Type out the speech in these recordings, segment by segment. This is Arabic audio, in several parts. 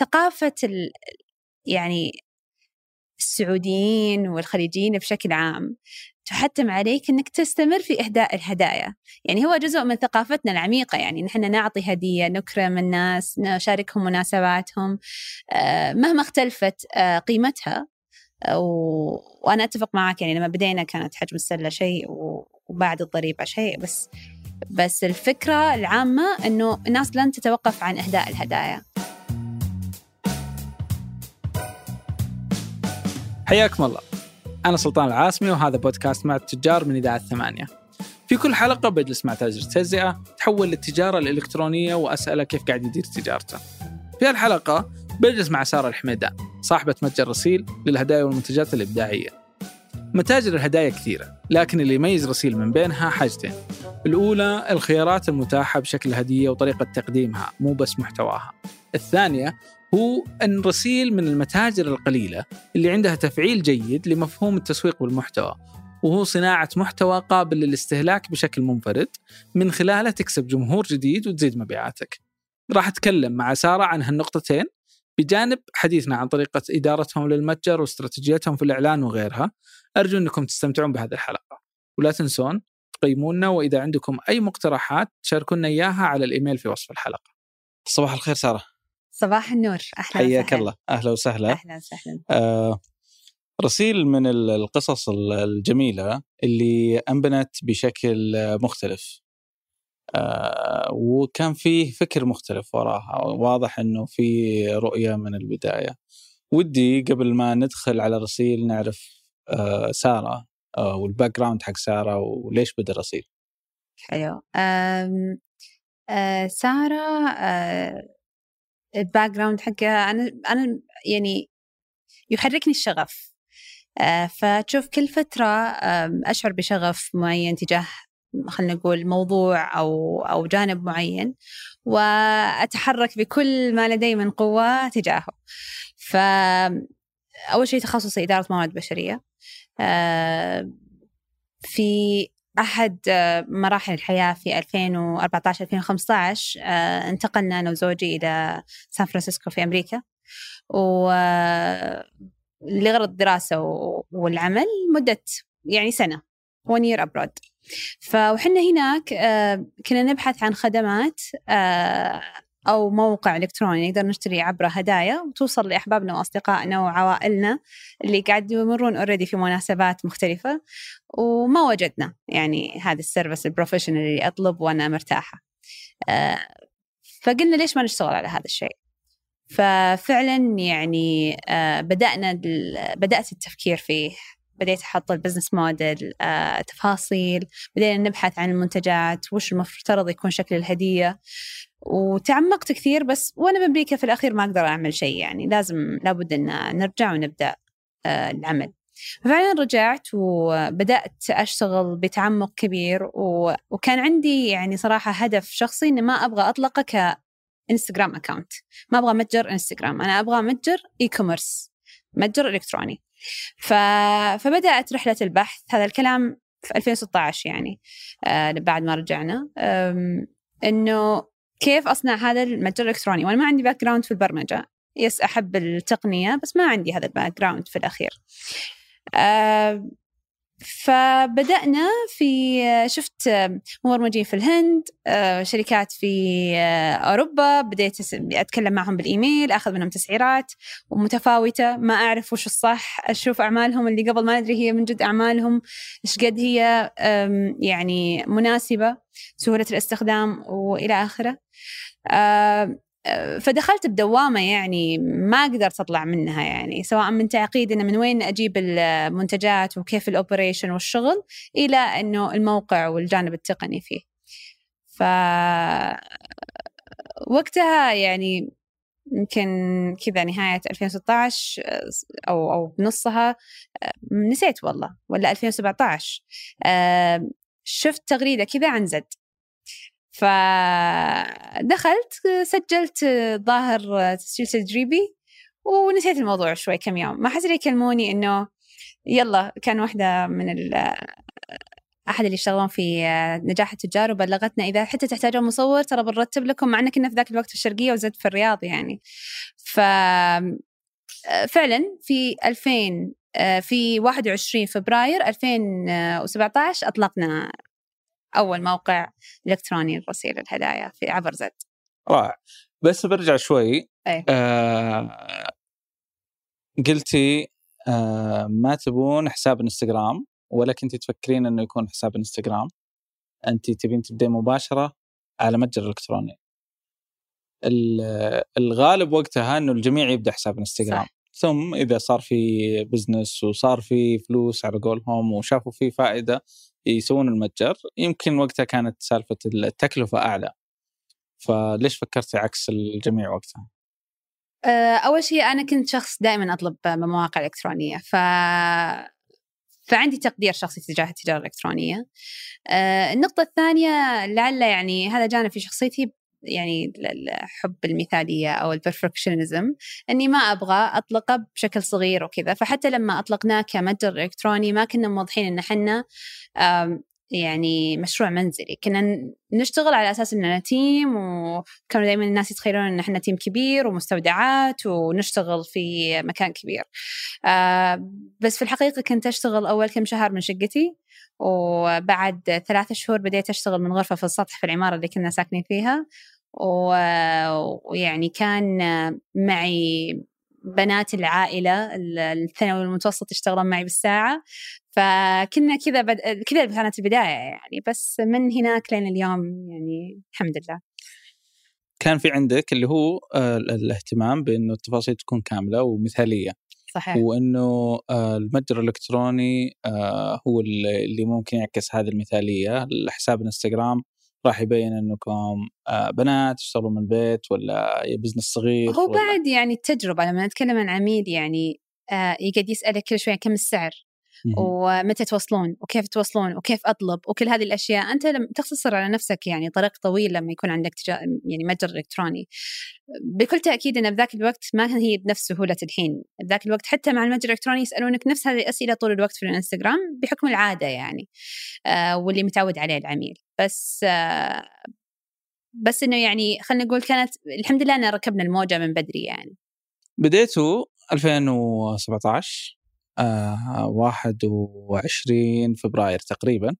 ثقافة يعني السعوديين والخليجيين بشكل عام تحتم عليك أنك تستمر في إهداء الهدايا. يعني هو جزء من ثقافتنا العميقة، يعني نحن نعطي هدية، نكرم الناس، نشاركهم مناسباتهم مهما اختلفت قيمتها. وأنا أتفق معك، يعني لما بدينا كانت حجم السلة شيء وبعد الضريبة شيء، بس الفكرة العامة أنه الناس لن تتوقف عن إهداء الهدايا. حياكم الله، أنا سلطان العاصمي وهذا بودكاست مع التجار من إذاعة 8. في كل حلقة بجلس مع تاجر تجزئة تحول للتجارة الإلكترونية وأسأله كيف قاعد يدير تجارته. في الحلقة بجلس مع سارة الحميدان، صاحبة متجر رسيل للهدايا والمنتجات الإبداعية. متاجر الهدايا كثيرة، لكن اللي يميز رسيل من بينها حاجتين. الأولى الخيارات المتاحة بشكل هدية وطريقة تقديمها، مو بس محتواها. الثانية هو أن رسيل من المتاجر القليلة اللي عندها تفعيل جيد لمفهوم التسويق والمحتوى، وهو صناعة محتوى قابل للاستهلاك بشكل منفرد من خلاله تكسب جمهور جديد وتزيد مبيعاتك. راح أتكلم مع سارة عن هالنقطتين بجانب حديثنا عن طريقة إدارتهم للمتجر واستراتيجيتهم في الإعلان وغيرها. أرجو أنكم تستمتعون بهذه الحلقة، ولا تنسون تقيمونا، وإذا عندكم أي مقترحات شاركونا إياها على الإيميل في وصف الحلقة. صباح الخير سارة. صباح النور، أهلا حياك الله. أهلا وسهلا. أهلا وسهلا. رسيل من القصص الجميلة اللي أنبنت بشكل مختلف، وكان فيه فكر مختلف وراها، واضح أنه في رؤية من البداية. ودي قبل ما ندخل على رسيل نعرف سارة والباك جراوند حق سارة وليش بدأ رسيل. حلو. سارة الباك جراوند حقها أنا يعني يحركني الشغف. فتشوف كل فترة أشعر بشغف معين تجاه، خلنا نقول، موضوع أو جانب معين، وأتحرك بكل ما لدي من قوة تجاهه. فأول شيء تخصصي إدارة موارد بشرية. في أحد مراحل الحياة في 2014-2015 انتقلنا أنا وزوجي إلى سان فرانسيسكو في أمريكا، لغرض الدراسة والعمل مدة يعني سنة، 1 year abroad. فوحنا هناك كنا نبحث عن خدمات أو موقع إلكتروني نقدر نشتري عبره هدايا وتوصل لأحبابنا وأصدقائنا وعوائلنا اللي قاعد يمرون already في مناسبات مختلفة، وما وجدنا يعني هذا السيرفيس البروفيشنال اللي أطلب وأنا مرتاحة. فقلنا ليش ما نشتغل على هذا الشيء. ففعلا يعني بدأت التفكير فيه، بديت أحط البزنس موديل، تفاصيل، بدينا نبحث عن المنتجات، وش المفترض يكون شكل الهدية، وتعمقت كثير. بس وأنا بأمريكا في الأخير ما أقدر أعمل شيء، يعني لابد أن نرجع ونبدأ العمل. ففعلا رجعت وبدأت أشتغل بتعمق كبير، وكان عندي يعني صراحة هدف شخصي إن ما أبغى أطلقه كإنستغرام أكاونت، ما أبغى متجر إنستغرام، أنا أبغى متجر إي كوميرس، متجر إلكتروني. فبدأت رحلة البحث، هذا الكلام في 2016 يعني بعد ما رجعنا، إنه كيف أصنع هذا المتجر الإلكتروني وأنا ما عندي باك جراوند في البرمجة. أحب التقنية بس ما عندي هذا الباك جراوند في الأخير. فبدأنا شفت مبرمجين في الهند، شركات في أوروبا، بديت أتكلم معهم بالإيميل، أخذ منهم تسعيرات ومتفاوتة، ما أعرف وش الصح، أشوف أعمالهم اللي قبل ما أدري هي من جد أعمالهم إيش قد هي يعني مناسبة، سهولة الاستخدام وإلى آخره. فدخلت بدوامة يعني ما قدرت أطلع منها، يعني سواء من تعقيد إنه من وين أجيب المنتجات وكيف الأوبريشن والشغل، إلى إنه الموقع والجانب التقني فيه. وقتها يعني يمكن كذا نهاية 2016 أو بنصها، نسيت والله، ولا 2017 شفت تغريدة كذا عن زد، فدخلت سجلت ظاهر تسجيل تدريبي ونسيت الموضوع شوي كم يوم. ما حد يكلموني إنه يلا، كان واحدة من أحد اللي يشتغلون في نجاح التجار وبلغتنا إذا حتى تحتاجون مصور ترى بنرتب لكم، مع أننا كنا في ذاك الوقت في الشرقية وزد في الرياض يعني. ففعلا في 21 فبراير 2017 أطلقنا أول موقع إلكتروني لرسائل الهدايا في عبر زد. رائع. بس برجع شوي. أي. قلتي ما تبون حساب انستغرام، ولا كنتي تفكرين انه يكون حساب انستغرام، انت تبين تبدأ مباشرة على متجر الكتروني. الغالب وقتها انه الجميع يبدأ حساب انستغرام، صح. ثم اذا صار في بزنس وصار في فلوس على قولهم وشافوا فيه فائدة يسوون المتجر، يمكن وقتها كانت سالفة التكلفة اعلى. فليش فكرتي عكس الجميع وقتها؟ أول شيء أنا كنت شخص دائما أطلب من مواقع إلكترونية، فعندي تقدير شخصي تجاه التجارة الإلكترونية. النقطة الثانية لعل يعني هذا جانب في شخصيتي، يعني الحب المثالية أو البرفكشنزم، أني ما أبغى أطلقه بشكل صغير وكذا. فحتى لما أطلقناه كمتجر إلكتروني ما كنا موضحين أن حنا يعني مشروع منزلي، كنا نشتغل على أساس أننا تيم، وكانوا دائما الناس يتخيلون أن احنا تيم كبير ومستودعات ونشتغل في مكان كبير. بس في الحقيقة كنت أشتغل أول كم شهر من شقتي، وبعد 3 شهور بديت أشتغل من غرفة في السطح في العمارة اللي كنا ساكنين فيها. ويعني كان معي بنات العائلة الثانوي والمتوسط يشتغلون معي بالساعة. فكنا كذا كانت البداية يعني، بس من هناك لين اليوم يعني الحمد لله. كان في عندك اللي هو الاهتمام بأنه التفاصيل تكون كاملة ومثالية. صحيح. وأنه المتجر الإلكتروني هو اللي ممكن يعكس هذه المثالية. الحساب الانستغرام راح يبين أنكم بنات تشتغلوا من البيت ولا بزنس صغير. هو بعد يعني التجربة لما نتكلم عن عميل يعني يقعد يسألك كل شوية كم السعر ومتى توصلون وكيف توصلون وكيف أطلب وكل هذه الأشياء. أنت لما تختصر على نفسك يعني طريق طويل لما يكون عندك يعني متجر إلكتروني، بكل تأكيد أن بذاك الوقت ما هي بنفس سهولة الحين. بذاك الوقت حتى مع المتجر الإلكتروني يسألونك نفس هذه الأسئلة طول الوقت في الإنستغرام بحكم العادة يعني واللي متعود عليه العميل. بس إنه يعني خلنا نقول كانت الحمد لله أن ركبنا الموجة من بدري يعني. بديتوا 2017 21 فبراير تقريبا.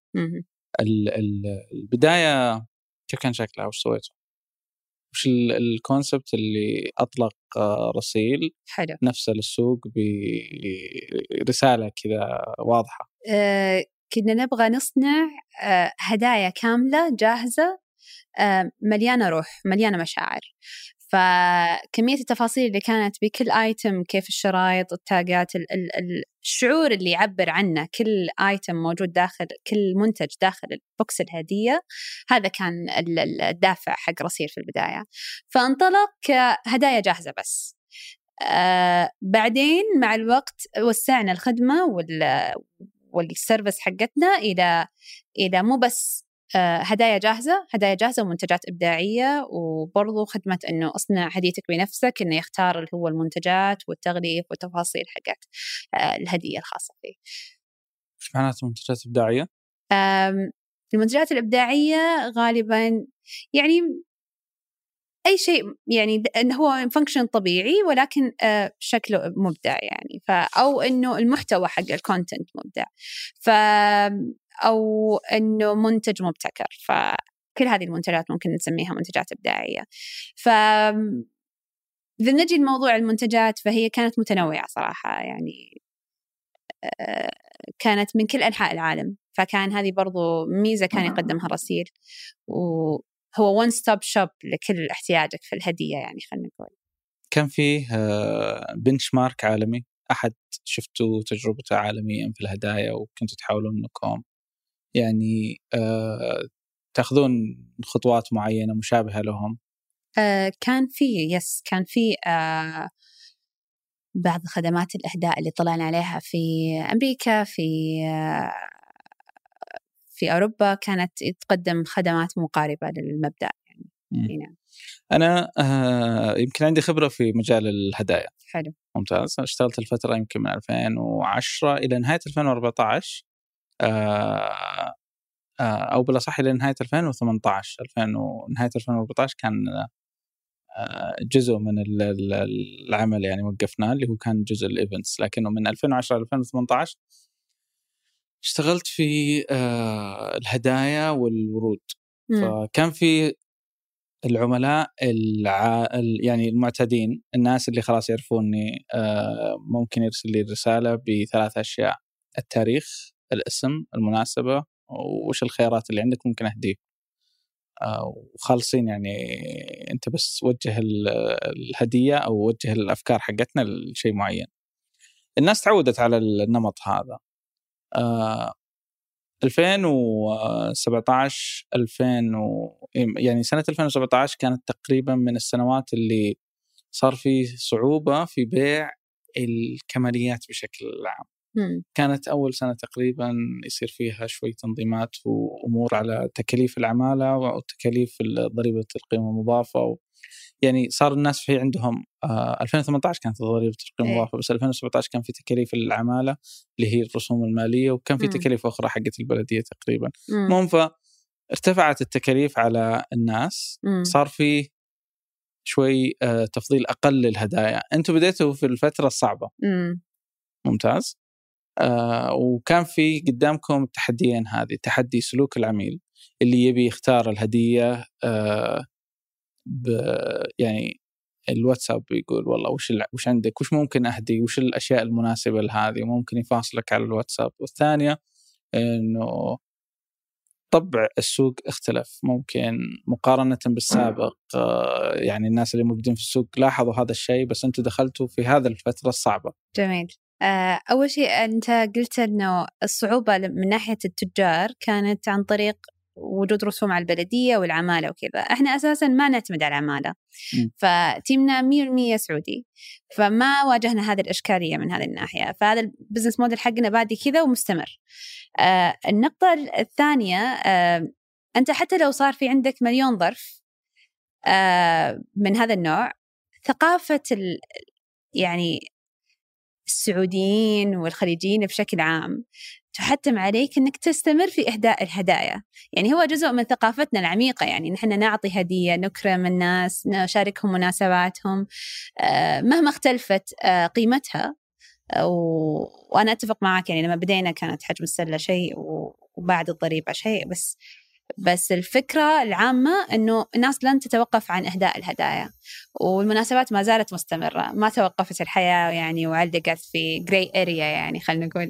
البداية كيف كان شكلها وش سويتوا؟ وش الكونسبت اللي أطلق رسيل حلو نفسه للسوق برسالة كذا واضحة؟ كنا نبغى نصنع هدايا كاملة جاهزة مليانة روح مليانة مشاعر. فكمية التفاصيل اللي كانت بكل آيتم، كيف الشرايط التاجات الشعور اللي يعبر عنه كل آيتم موجود داخل كل منتج داخل البوكس الهدية، هذا كان الدافع حق رسيل في البداية. فانطلق كهدايا جاهزة بس. بعدين مع الوقت وسعنا الخدمة والسيرفيس حقتنا إلى مو بس هدايا جاهزة ومنتجات إبداعية، وبرضو خدمة إنه أصنع هديتك بنفسك، إنه يختار اللي هو المنتجات والتغليف والتفاصيل حقت الهدية الخاصة فيه. إيش معناته منتجات إبداعية؟ المنتجات الإبداعية غالبا يعني أي شيء يعني إنه هو فانكشن طبيعي ولكن شكله مبدع يعني، أو إنه المحتوى حق الكونتنت مبدع، أو إنه منتج مبتكر. فكل هذه المنتجات ممكن نسميها منتجات إبداعية. إذا نجي لموضوع المنتجات فهي كانت متنوعة صراحة يعني، كانت من كل أنحاء العالم. فكان هذه برضو ميزة كان يقدمها رسيل، وهو one stop shop لكل احتياجك في الهدية يعني. خلينا نقول كان فيه بنش مارك عالمي، أحد شفتوا تجربته عالميا في الهدايا وكنتوا تحاولون أنكم يعني تأخذون خطوات معينة مشابهة لهم؟ كان في بعض خدمات الإهداء اللي طلعنا عليها في أمريكا، في أوروبا، كانت تقدم خدمات مقاربة للمبدأ يعني. نعم. أنا يمكن عندي خبرة في مجال الهدايا. حلو. ممتاز. اشتغلت الفترة يمكن من 2010 إلى نهاية 2014 أو بلا صح إلى نهاية 2018. نهاية 2014 كان جزء من العمل يعني وقفناه، اللي هو كان جزء الإيفنتس، لكنه من 2010 2018 اشتغلت في الهدايا والورود. فكان في العملاء يعني المعتادين، الناس اللي خلاص يعرفوني، ممكن يرسل لي رسالة ب3 أشياء: التاريخ، الاسم، المناسبة، وش الخيارات اللي عندك ممكن أهديك، وخالصين يعني أنت بس وجه الهدية أو وجه الأفكار حقتنا لشيء معين. الناس تعودت على النمط هذا. 2017 يعني سنة 2017 كانت تقريبا من السنوات اللي صار فيه صعوبة في بيع الكماليات بشكل عام. كانت أول سنة تقريبا يصير فيها شوي تنظيمات وأمور على تكاليف العمالة وتكاليف ضريبة القيمة المضافة، يعني صار الناس في عندهم 2018 كانت ضريبة القيمة المضافة، بس 2017 كان في تكاليف العمالة اللي هي الرسوم المالية، وكان في تكاليف أخرى حقت المبلدية تقريبا. المهم فارتفعت التكاليف على الناس، صار في شوي تفضيل أقل للهدايا. أنتوا بديتوا في الفترة الصعبة. ممتاز. وكان في قدامكم تحديين، هذه تحدي سلوك العميل اللي يبي يختار الهدية يعني الواتساب يقول والله وش عندك، وش ممكن أهدي، وش الأشياء المناسبة لهذه، وممكن يفاصلك على الواتساب. والثانية إنه طبع السوق اختلف ممكن مقارنة بالسابق، يعني الناس اللي موجودين في السوق لاحظوا هذا الشيء، بس أنتوا دخلتوا في هذا الفترة الصعبة. جميل. أول شيء أنت قلت أنه الصعوبة من ناحية التجار كانت عن طريق وجود رسوم على البلدية والعمالة وكذا. إحنا أساساً ما نعتمد على العمالة، فتيمنا 100% سعودي، فما واجهنا هذه الإشكالية من هذه الناحية. فهذا البزنس موديل حقنا بعد كذا ومستمر. النقطة الثانية، أنت حتى لو صار في عندك مليون ظرف من هذا النوع، ثقافة يعني السعوديين والخليجيين بشكل عام تحتم عليك أنك تستمر في إهداء الهدايا. يعني هو جزء من ثقافتنا العميقة، يعني نحن نعطي هدية، نكرم الناس، نشاركهم مناسباتهم مهما اختلفت قيمتها. وأنا أتفق معك، يعني لما بدينا كانت حجم السلة شيء وبعد الضريبة شيء، بس الفكرة العامة أنه الناس لن تتوقف عن إهداء الهدايا، والمناسبات ما زالت مستمرة، ما توقفت الحياة يعني وعلقت في grey area يعني خلنا نقول.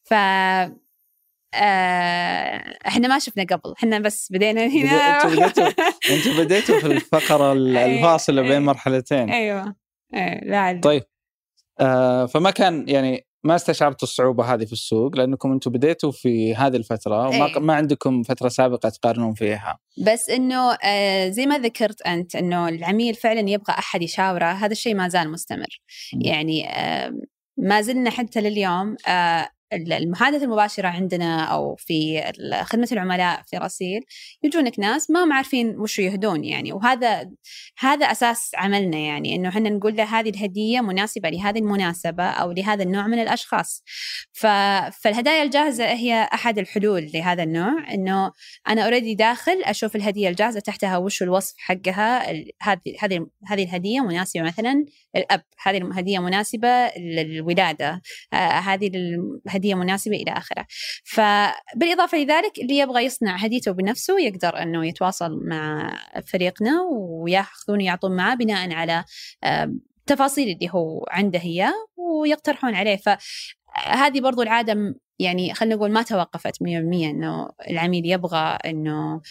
احنا ما شفنا قبل، احنا بس بدينا هنا. انتوا بديتوا في الفقرة الفاصلة بين مرحلتين. ايوه لا طيب، فما كان يعني ما استشعرتوا الصعوبة هذه في السوق لأنكم أنتم بديتوا في هذه الفترة وما عندكم فترة سابقة تقارنون فيها. بس إنه زي ما ذكرت أنت إنه العميل فعلا يبغى أحد يشاوره، هذا الشيء ما زال مستمر. يعني ما زلنا حتى لليوم المحادثة المباشرة عندنا أو في خدمة العملاء في رصيل يجونك ناس ما عارفين وش يهدون يعني، وهذا أساس عملنا، يعني إنه إحنا نقول له هذه الهدية مناسبة لهذه المناسبة أو لهذا النوع من الأشخاص. فالهدايا الجاهزة هي أحد الحلول لهذا النوع، إنه أنا أوريدي داخل أشوف الهدية الجاهزة تحتها وش الوصف حقها. هذه الهدية مناسبة مثلا للأب، هذه الهدية مناسبة للولادة، هذه هدية مناسبة إلى آخره. فبالإضافة لذلك اللي يبغى يصنع هديته بنفسه يقدر أنه يتواصل مع فريقنا ويأخذون يعطون معه بناء على تفاصيل اللي هو عنده هي ويقترحون عليه. فهذه برضو العادة يعني خلينا نقول ما توقفت 100%، أنه العميل يبغى أنه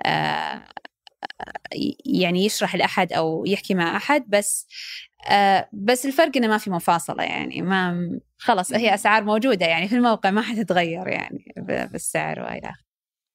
يعني يشرح لأحد أو يحكي مع أحد، بس الفرق إنه ما في مفاصلة، يعني ما خلص هي أسعار موجودة يعني في الموقع ما حتتغير يعني بالسعر وإلى آخره.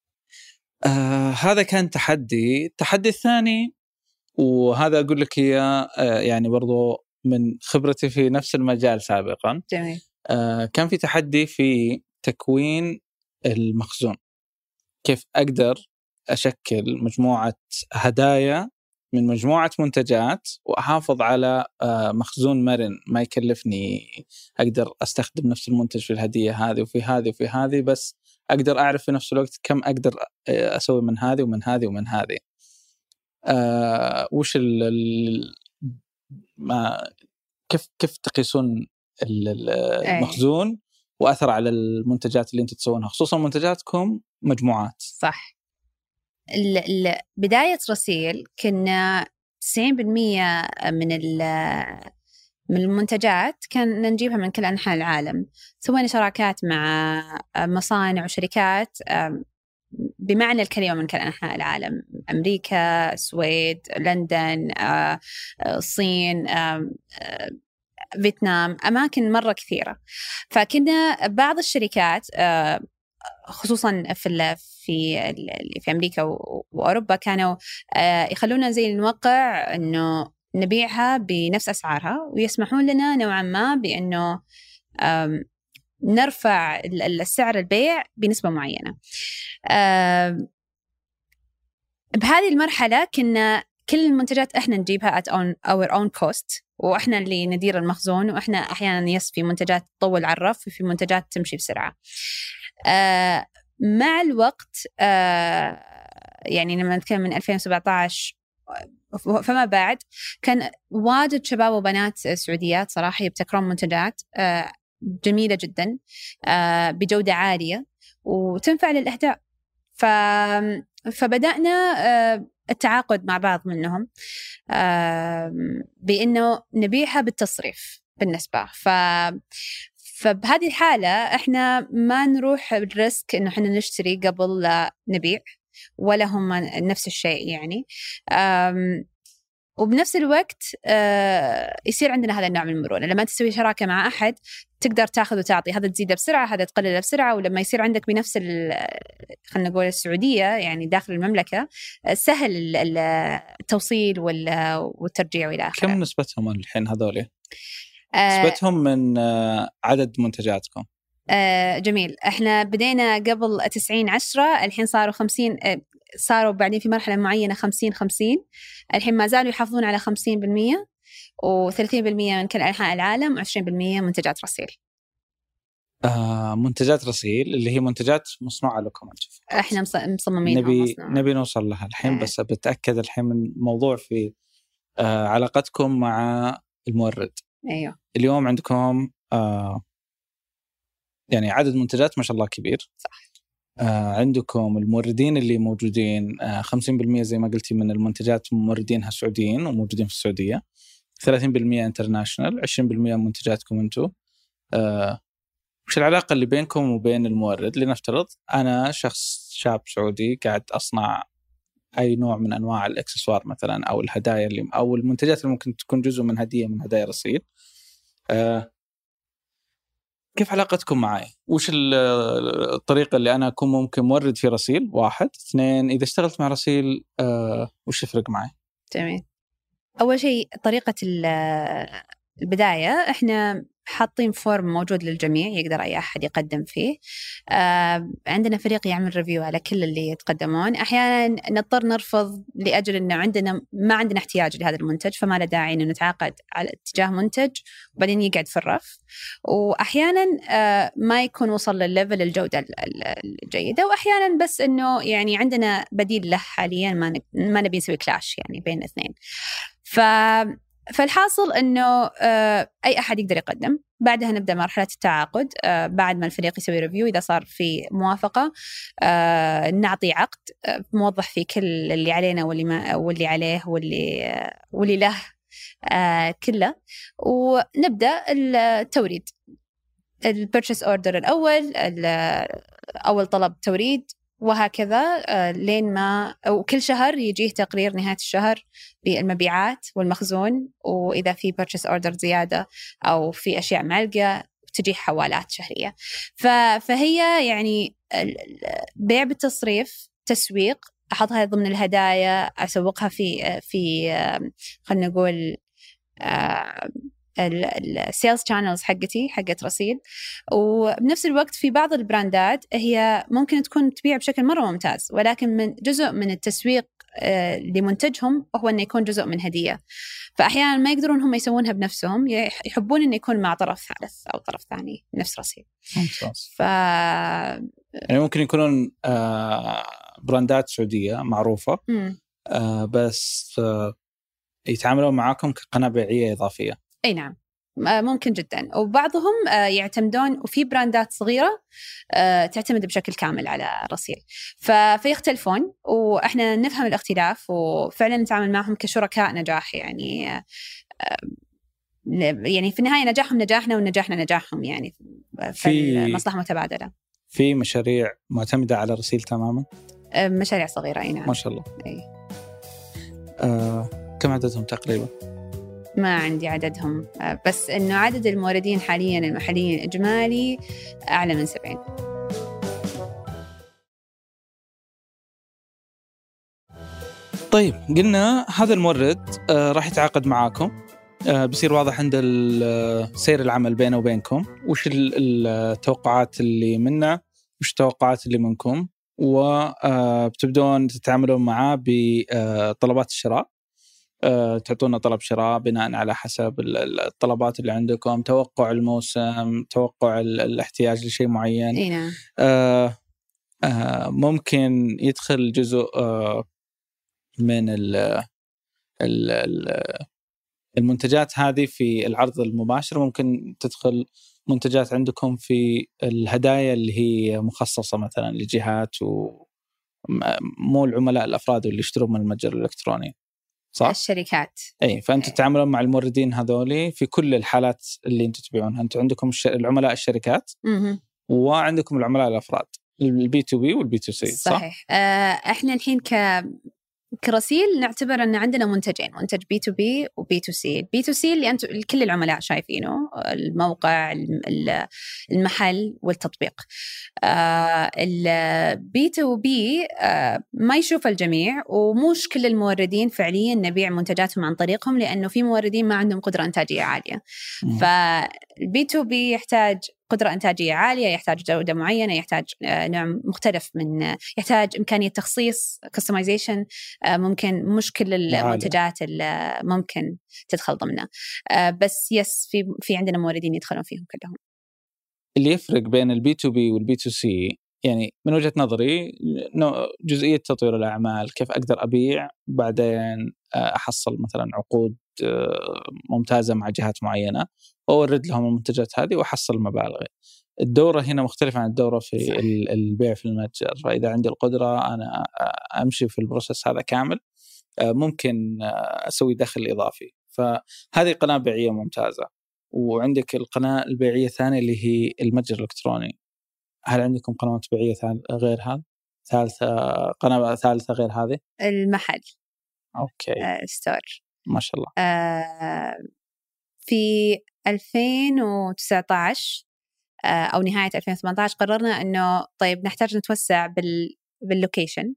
هذا كان التحدي الثاني، وهذا أقول لك هي يعني برضو من خبرتي في نفس المجال سابقا. جميل. كان في تحدي في تكوين المخزون، كيف أقدر أشكل مجموعة هدايا من مجموعة منتجات وأحافظ على مخزون مرن ما يكلفني، أقدر أستخدم نفس المنتج في الهدية هذه وفي هذه وفي هذه، بس أقدر أعرف في نفس الوقت كم أقدر أسوي من هذه ومن هذه ومن هذه. وش ما كيف تقيسون المخزون وأثر على المنتجات اللي أنتم تسوونها، خصوصا منتجاتكم مجموعات؟ صح. بداية رسيل كنا 90% من المنتجات كان نجيبها من كل أنحاء العالم. سوينا شراكات مع مصانع وشركات بمعنى الكلمة من كل أنحاء العالم، أمريكا، السويد، لندن، الصين، فيتنام، أماكن مرة كثيرة. فكنا بعض الشركات خصوصا في أمريكا وأوروبا كانوا يخلونا زي الموقع إنه نبيعها بنفس أسعارها، ويسمحون لنا نوعا ما بأنه نرفع السعر البيع بنسبة معينة. بهذه المرحلة كنا كل المنتجات إحنا نجيبها at our own cost، وإحنا اللي ندير المخزون، وإحنا أحيانا في منتجات تطول على الرف وفي منتجات تمشي بسرعة. مع الوقت يعني لما نتكلم من 2017 فما بعد، كان واجد شباب وبنات سعوديات صراحة يبتكرون منتجات جميلة جدا بجودة عالية وتنفع للإهداء. فبدأنا التعاقد مع بعض منهم بأنه نبيعها بالتصريف بالنسبة. فبهذه الحالة إحنا ما نروح بالريسك إنه إحنا نشتري قبل لا نبيع، ولا هم نفس الشيء يعني. وبنفس الوقت يصير عندنا هذا النوع من المرونة. لما تسوي شراكة مع أحد تقدر تأخذ وتعطي، هذا تزيده بسرعة، هذا تقلله بسرعة. ولما يصير عندك بنفس خلنا نقول السعودية يعني داخل المملكة، سهل التوصيل والترجيع وإلى آخره. كم نسبتهم الحين هذول؟ نسبتهم من عدد منتجاتكم؟ جميل. احنا بدينا قبل 90-10، الحين صاروا 50، صاروا بعدين في مرحلة معينة 50-50. الحين ما زالوا يحافظون على 50%، و30% من كل أنحاء العالم، و20% منتجات رسيل. منتجات رسيل اللي هي منتجات مصنوعة لكم أنتم؟ احنا مصممين نبي نوصل لها الحين. بس بتأكد الحين من موضوع في علاقتكم مع المورد. أيوه. اليوم عندكم يعني عدد منتجات ما شاء الله كبير. صح. عندكم الموردين اللي موجودين 50% زي ما قلتي من المنتجات موردينها سعوديين وموجودين في السعودية، 30% انترناشنال، 20% منتجاتكم أنتم. وش العلاقة اللي بينكم وبين المورد؟ لنفترض أنا شخص شاب سعودي قاعد أصنع أي نوع من أنواع الإكسسوار مثلا، أو الهدايا أو المنتجات اللي ممكن تكون جزء من هدية من هدايا رسيل. كيف علاقتكم معي؟ وش الطريقة اللي أنا أكون ممكن مورد في رسيل؟ 1 2 إذا اشتغلت مع رسيل وش يفرق معي؟ تمام. أول شيء طريقة البداية، إحنا حاطين فورم موجود للجميع يقدر أي أحد يقدم فيه. عندنا فريق يعمل ريفيو على كل اللي يتقدمون. أحيانا نضطر نرفض لأجل أنه ما عندنا احتياج لهذا المنتج، فما له داعي أنه نتعاقد على اتجاه منتج وبعدين يقعد في الرف. وأحيانا ما يكون وصل للليفل الجودة الجيدة، وأحيانا بس أنه يعني عندنا بديل له حاليا، ما نبي نسوي كلاش يعني بين الاثنين. فالحاصل أنه أي أحد يقدر يقدم. بعدها نبدأ مرحلة التعاقد. بعد ما الفريق يسوي ريفيو، إذا صار في موافقة نعطي عقد موضح فيه كل اللي علينا واللي عليه واللي له كله، ونبدأ التوريد. البيرتشيس اوردر الأول، أول طلب توريد، وهكذا لين ما، وكل شهر يجيه تقرير نهاية الشهر بالمبيعات والمخزون، وإذا في purchase order زيادة أو في أشياء معلقة تجيه حوالات شهرية. فهي يعني بيع بالتصريف، تسويق، أحطها ضمن الهدايا، أسوقها في خلنا نقول السيلز شانلز حقت رسيل. وبنفس الوقت في بعض البراندات هي ممكن تكون تبيع بشكل مرة ممتاز، ولكن من جزء من التسويق لمنتجهم هو أنه يكون جزء من هدية. فأحيانا ما يقدرون هم يسوونها بنفسهم، يحبون أنه يكون مع طرف ثالث أو طرف ثاني نفس رسيل. ممتاز. يعني ممكن يكونون براندات سعودية معروفة بس يتعاملون معاكم كقناة بيعية إضافية. أي نعم، ممكن جدا. وبعضهم يعتمدون، وفي براندات صغيرة تعتمد بشكل كامل على رسيل، فيختلفون، وإحنا نفهم الاختلاف وفعلا نتعامل معهم كشركاء نجاح. يعني في النهاية نجاحهم نجاحنا ونجاحنا نجاحهم، يعني في المصلحة متبادلة. في مشاريع معتمدة على رسيل تماما؟ مشاريع صغيرة. أي نعم. ما شاء الله. أي. كم عددهم تقريبا؟ ما عندي عددهم، بس إنه عدد الموردين حالياً المحليين إجمالي أعلى من 70. طيب، قلنا هذا المورد راح يتعاقد معاكم، بيصير واضح عند سير العمل بينه وبينكم، وش التوقعات اللي منه وش التوقعات اللي منكم، وبتبدون تتعاملون معاه بطلبات الشراء. تعطونا طلب شراء بناء على حسب الطلبات اللي عندكم، توقع الموسم، توقع الاحتياج لشيء معين. إيه نعم. ممكن يدخل جزء من المنتجات هذه في العرض المباشر، ممكن تدخل منتجات عندكم في الهدايا اللي هي مخصصة مثلا لجهات ومو العملاء الأفراد اللي يشترون من المتجر الإلكتروني، صح؟ الشركات. أي، فأنتم تتعاملون مع الموردين هذولي في كل الحالات اللي أنتم تبيعونها. أنتم عندكم العملاء الشركات وعندكم العملاء الأفراد، البي تو بي والبي تو سي، صح؟ صحيح. إحنا الحين كرسيل نعتبر أن عندنا منتجين، منتج بي تو بي وبي تو سي. بي تو سي اللي كل العملاء شايفينه، الموقع، المحل والتطبيق. البي تو بي ما يشوف الجميع، ومش كل الموردين فعليا نبيع منتجاتهم عن طريقهم، لأنه في موردين ما عندهم قدرة إنتاجية عالية. فالبي تو بي يحتاج قدرة إنتاجية عالية، يحتاج جودة معينة، يحتاج نوع مختلف من، يحتاج إمكانية تخصيص customization. ممكن مش كل المنتجات اللي ممكن تدخل ضمنه، بس في عندنا موردين يدخلون فيهم كلهم. اللي يفرق بين البي تو بي والبي تو سي يعني من وجهة نظري جزئية تطوير الأعمال، كيف أقدر أبيع بعدين أحصل مثلا عقود ممتازة مع جهات معينة وأورد لهم المنتجات هذه وأحصل مبالغ. الدورة هنا مختلفة عن الدورة في البيع في المتجر. فإذا عندي القدرة أنا أمشي في البروسيس هذا كامل، ممكن أسوي دخل إضافي. فهذه قناة بيعية ممتازة. وعندك القناة البيعية الثانية اللي هي المتجر الإلكتروني. هل عندكم قنوات بيعية غير هذا؟ قناة ثالثة غير هذه؟ المحل. أوكي. ستور. ما شاء الله. في 2019 أو نهاية 2018 قررنا أنه طيب نحتاج نتوسع باللوكيشن.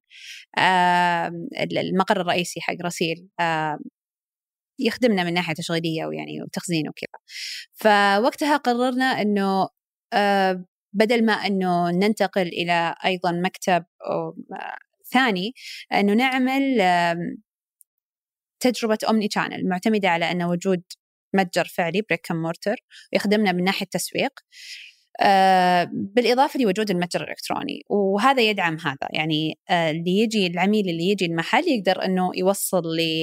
المقر الرئيسي حق رسيل يخدمنا من ناحية تشغيلية وتخزين وكذا. فوقتها قررنا أنه بدل ما أنه ننتقل إلى أيضا مكتب ثاني، أنه نعمل تجربة أومني شانل معتمدة على أنه وجود متجر فعلي بريك أند مورتر ويخدمنا من ناحية التسويق، بالإضافة لوجود المتجر الإلكتروني. وهذا يدعم هذا، يعني العميل اللي يجي المحل يقدر أنه يوصل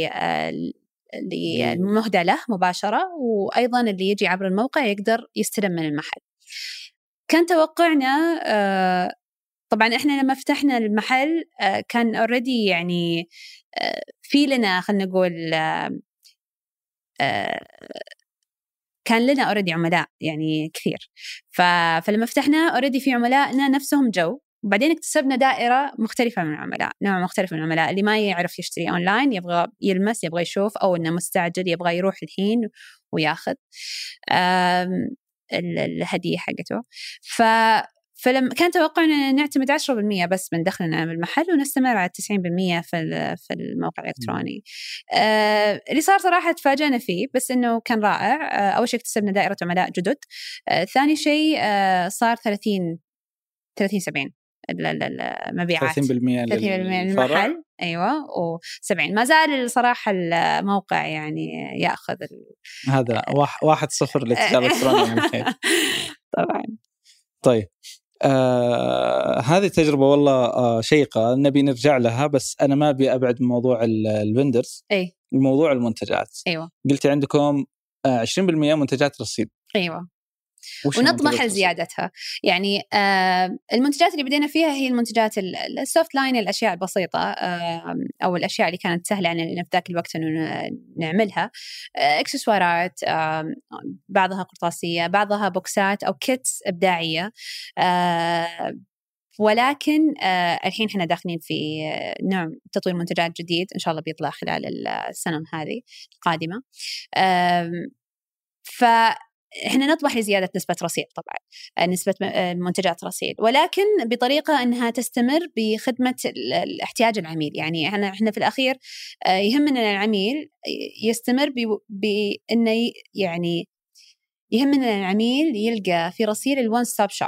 للمهدى له مباشرة، وأيضا اللي يجي عبر الموقع يقدر يستلم من المحل. كان توقعنا طبعا إحنا لما فتحنا المحل كان already يعني في لنا، خلنا نقول كان لنا already عملاء يعني كثير. فلما فتحنا already في عملائنا نفسهم جو، وبعدين اكتسبنا دائرة مختلفة من العملاء، نوع مختلف من العملاء، اللي ما يعرف يشتري أونلاين، يبغى يلمس، يبغى يشوف، أو إنه مستعجل يبغى يروح الحين وياخذ الهدية حقته. فلما كان توقعنا نعتمد 10% بس من دخلنا من المحل، ونستمر على 90% في الموقع الإلكتروني. اللي صار صراحة تفاجأنا فيه، بس إنه كان رائع. أول شيء اكتسبنا دائرة عملاء جدد. ثاني شيء صار 30-70 المبيعات، 30% للمحل. أيوة، و70 ما زال الصراحة الموقع يعني يأخذ هذا 1-0 للتجارة الإلكترونية الحين. طبعا. طيب، هذه تجربة والله شيقة، نبي نرجع لها، بس أنا ما أبي أبعد من موضوع الفندرز. أي. الموضوع المنتجات. أيوة. قلتي عندكم 20% منتجات رصيد. أيوة. ونطمح لزيادتها. يعني المنتجات اللي بدينا فيها هي المنتجات السوفت لاين، الأشياء البسيطة أو الأشياء اللي كانت سهلة يعني في ذاك الوقت إنه نعملها. إكسسوارات، بعضها قرطاسية، بعضها بوكسات أو كيتس إبداعية. ولكن الحين إحنا داخلين في نوع تطوير منتجات جديد إن شاء الله بيطلع خلال السنة هذه القادمة. إحنا نطمح لزيادة نسبة رصيد، طبعاً نسبة منتجات رصيد، ولكن بطريقة أنها تستمر بخدمة الاحتياج العميل. يعني إحنا في الأخير يهمنا العميل يستمر بأنه يعني يهمنا العميل يلقى في رصيد الون ستوب شوب.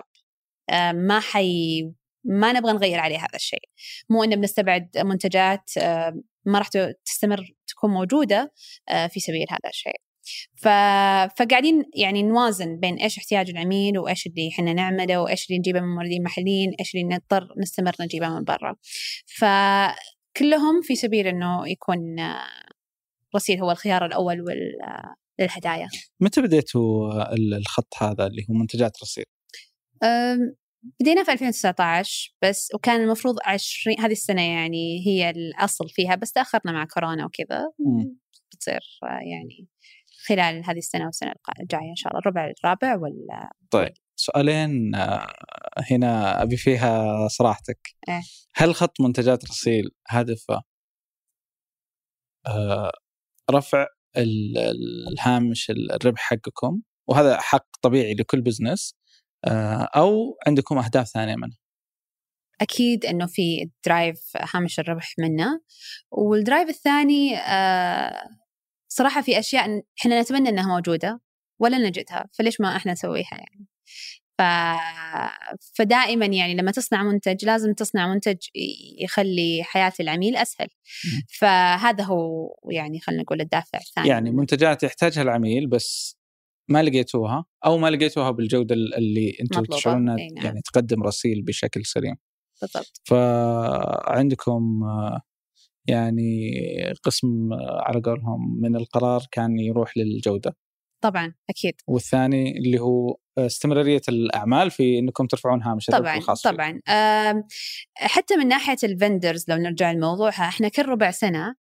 ما نبغى نغير عليه هذا الشيء. مو إنه بنستبعد منتجات ما راح تستمر تكون موجودة في سبيل هذا الشيء. فقاعدين يعني نوازن بين إيش احتياج العميل وإيش اللي إحنا نعمله وإيش اللي نجيبه من موردين محليين، إيش اللي نضطر نستمر نجيبه من برا. فكلهم في سبيل إنه يكون رصيد هو الخيار الأول للهدايا. متى بديتوا الخط هذا اللي هو منتجات رصيد؟ بدينا في 2019 بس، وكان المفروض 20 هذه السنة يعني هي الأصل فيها، بس تأخرنا مع كورونا وكذا. بتصير يعني خلال هذه السنة والسنة الجاية إن شاء الله، الربع الرابع ولا. طيب سؤالين هنا أبي فيها صراحتك. هل خط منتجات رصيد هدفه رفع الهامش الربح حقكم، وهذا حق طبيعي لكل بزنس، أو عندكم أهداف ثانية منه؟ أكيد أنه في درايف هامش الربح منه، والدرايف الثاني صراحة في أشياء إحنا نتمنى أنها موجودة ولا نجدها، فليش ما إحنا نسويها يعني. فدائما يعني لما تصنع منتج لازم تصنع منتج يخلي حياة العميل أسهل. فهذا هو يعني خلنا نقول الدافع الثاني. يعني منتجات يحتاجها العميل بس ما لقيتوها، أو ما لقيتوها بالجودة اللي أنتم تشعرون يعني تقدم رصيد بشكل سليم. بالضبط. فعندكم يعني قسم على قولهم من القرار كان يروح للجودة طبعا أكيد، والثاني اللي هو استمرارية الأعمال في أنكم ترفعون هامش الربح الخاص فيه. طبعا حتى من ناحية الفندرز لو نرجع الموضوع، احنا كل ربع سنة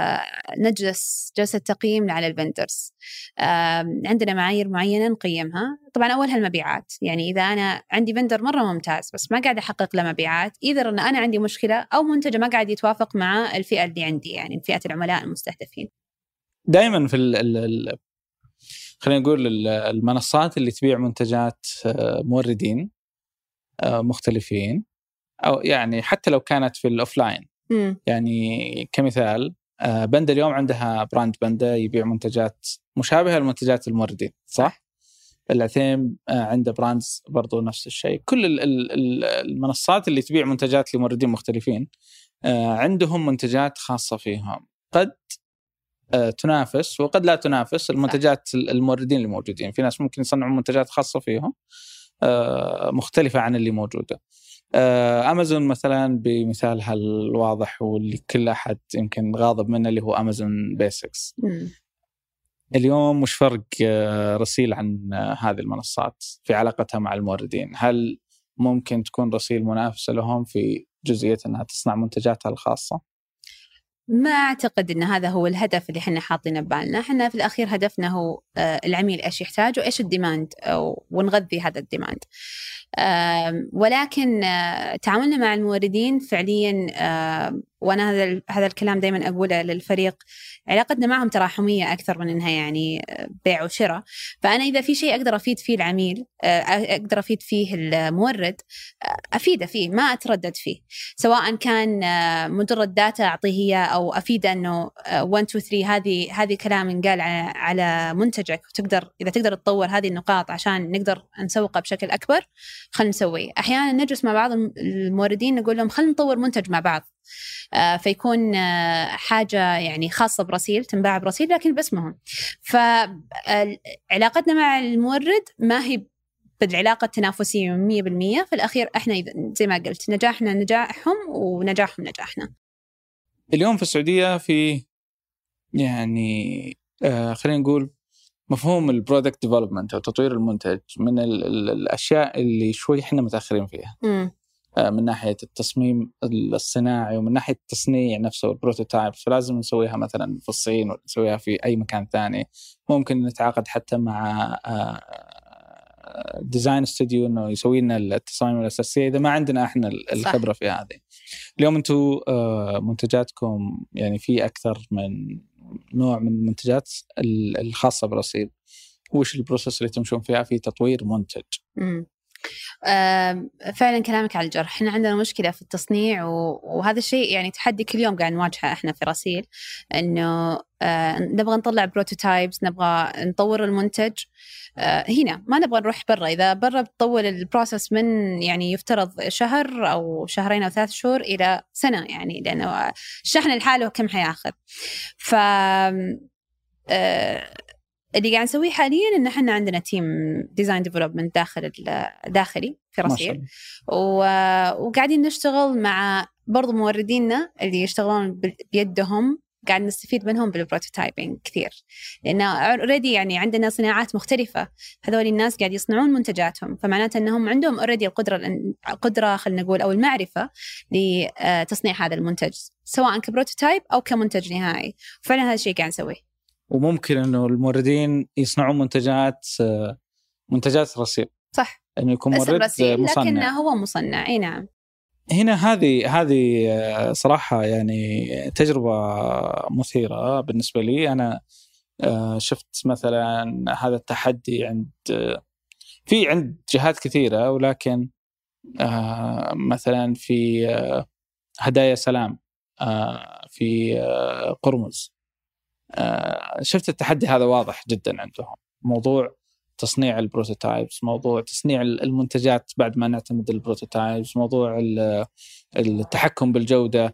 نجلس جلسة تقييم على الفندرز. عندنا معايير معينة نقيمها. طبعا أولها المبيعات، يعني إذا أنا عندي فندر مرة ممتاز بس ما قاعد أحقق له مبيعات، إذا أن أنا عندي مشكلة أو منتجه ما قاعد يتوافق مع الفئة اللي عندي، يعني فئة العملاء المستهدفين. دائما في خلينا نقول المنصات اللي تبيع منتجات موردين مختلفين، أو يعني حتى لو كانت في الأوفلاين، يعني كمثال بندا اليوم عندها براند بندا يبيع منتجات مشابهة لمنتجات الموردين، صح؟ العثيم عنده براندز برضو نفس الشيء. كل المنصات اللي تبيع منتجات لموردين مختلفين عندهم منتجات خاصة فيهم، قد تنافس وقد لا تنافس المنتجات الموردين اللي موجودين. في ناس ممكن يصنعون منتجات خاصة فيهم مختلفة عن اللي موجودة. أمازون مثلا بمثالها الواضح واللي كل أحد يمكن غاضب منه اللي هو أمازون بيسكس. اليوم مش فرق رسيل عن هذه المنصات في علاقتها مع الموردين؟ هل ممكن تكون رسيل منافسة لهم في جزئية أنها تصنع منتجاتها الخاصة؟ ما أعتقد أن هذا هو الهدف اللي احنا حاطينه ببالنا. احنا في الأخير هدفنا هو العميل إيش يحتاج وإيش الديماند، ونغذي هذا الديماند. ولكن تعاملنا مع الموردين فعليا، وأنا هذا الكلام دايما أقوله للفريق، علاقتنا معهم تراحمية أكثر من إنها يعني بيع وشراء. فأنا إذا في شيء أقدر أفيد فيه العميل، أقدر أفيد فيه المورد، أفيده فيه، ما أتردد فيه، سواء كان مجرد داتا أعطيه هي أو أفيده أنه 1 2 3 هذه كلام ينقال على منتجك، وتقدر إذا تقدر تطور هذه النقاط عشان نقدر نسوقه بشكل أكبر خلنا نسويه. أحيانا نجلس مع بعض الموردين نقول لهم خلنا نطور منتج مع بعض، فيكون حاجة يعني خاصة برسيل، تنباع برسيل لكن باسمهم. فعلاقتنا مع المورد ما هي بالعلاقة التنافسية 100%. في الأخير إحنا زي ما قلت نجاحنا نجاحهم ونجاحهم نجاحنا. اليوم في السعودية في يعني خلينا نقول مفهوم البرودكت ديفلوبمنت أو تطوير المنتج من الأشياء اللي شوي إحنا متأخرين فيها. من ناحية التصميم الصناعي ومن ناحية التصنيع نفسه البروتوتايب، فلازم نسويها مثلا في الصين ولا نسويها في أي مكان ثاني. ممكن نتعاقد حتى مع ديزاين استوديو إنه يسوي لنا التصاميم الأساسية إذا ما عندنا إحنا الخبرة في هذه. اليوم أنتم منتجاتكم يعني في أكثر من نوع من المنتجات الخاصة برصيد. وش البروسيس اللي تمشون فيها في تطوير منتج؟ فعلا كلامك على الجرح. احنا عندنا مشكلة في التصنيع وهذا الشيء يعني تحدي كل يوم قاعد نواجهه احنا في رصيل، انه نبغى نطلع بروتوتايبس، نبغى نطور المنتج هنا، ما نبغى نروح برا. إذا برا بتطول البروسس من يعني يفترض شهر أو شهرين أو 3 شهور إلى سنة، يعني لأنه الشحن الحاله كم حياخذ. ف اللي قاعد نسويه حاليا إن إحنا عندنا تيم ديزاين ديفلوبمنت داخلي في رصيل، وقاعدين نشتغل مع برضو مورديننا اللي يشتغلون بيدهم، قاعد نستفيد منهم بالبروتوتايبينج كثير، لأنه أوريدي يعني عندنا صناعات مختلفة. هذول الناس قاعد يصنعون منتجاتهم، فمعناته أنهم عندهم أوريدي القدرة خلينا نقول أو المعرفة لتصنيع هذا المنتج سواء كبروتوتايب أو كمنتج نهائي. فعلا هذا الشيء قاعد نسويه. وممكن إنه الموردين يصنعون منتجات رصيل، صح، إنه يكون مورد مصنع، لكنه هو مصنع. أي نعم. هنا هذه صراحة يعني تجربة مثيرة بالنسبة لي. أنا شفت مثلا هذا التحدي عند جهات كثيرة، ولكن مثلا في هدايا سلام، في قرمز، شفت التحدي هذا واضح جدا عندهم. موضوع تصنيع البروتوتايبس، موضوع تصنيع المنتجات بعد ما نعتمد البروتوتايبس، موضوع التحكم بالجودة.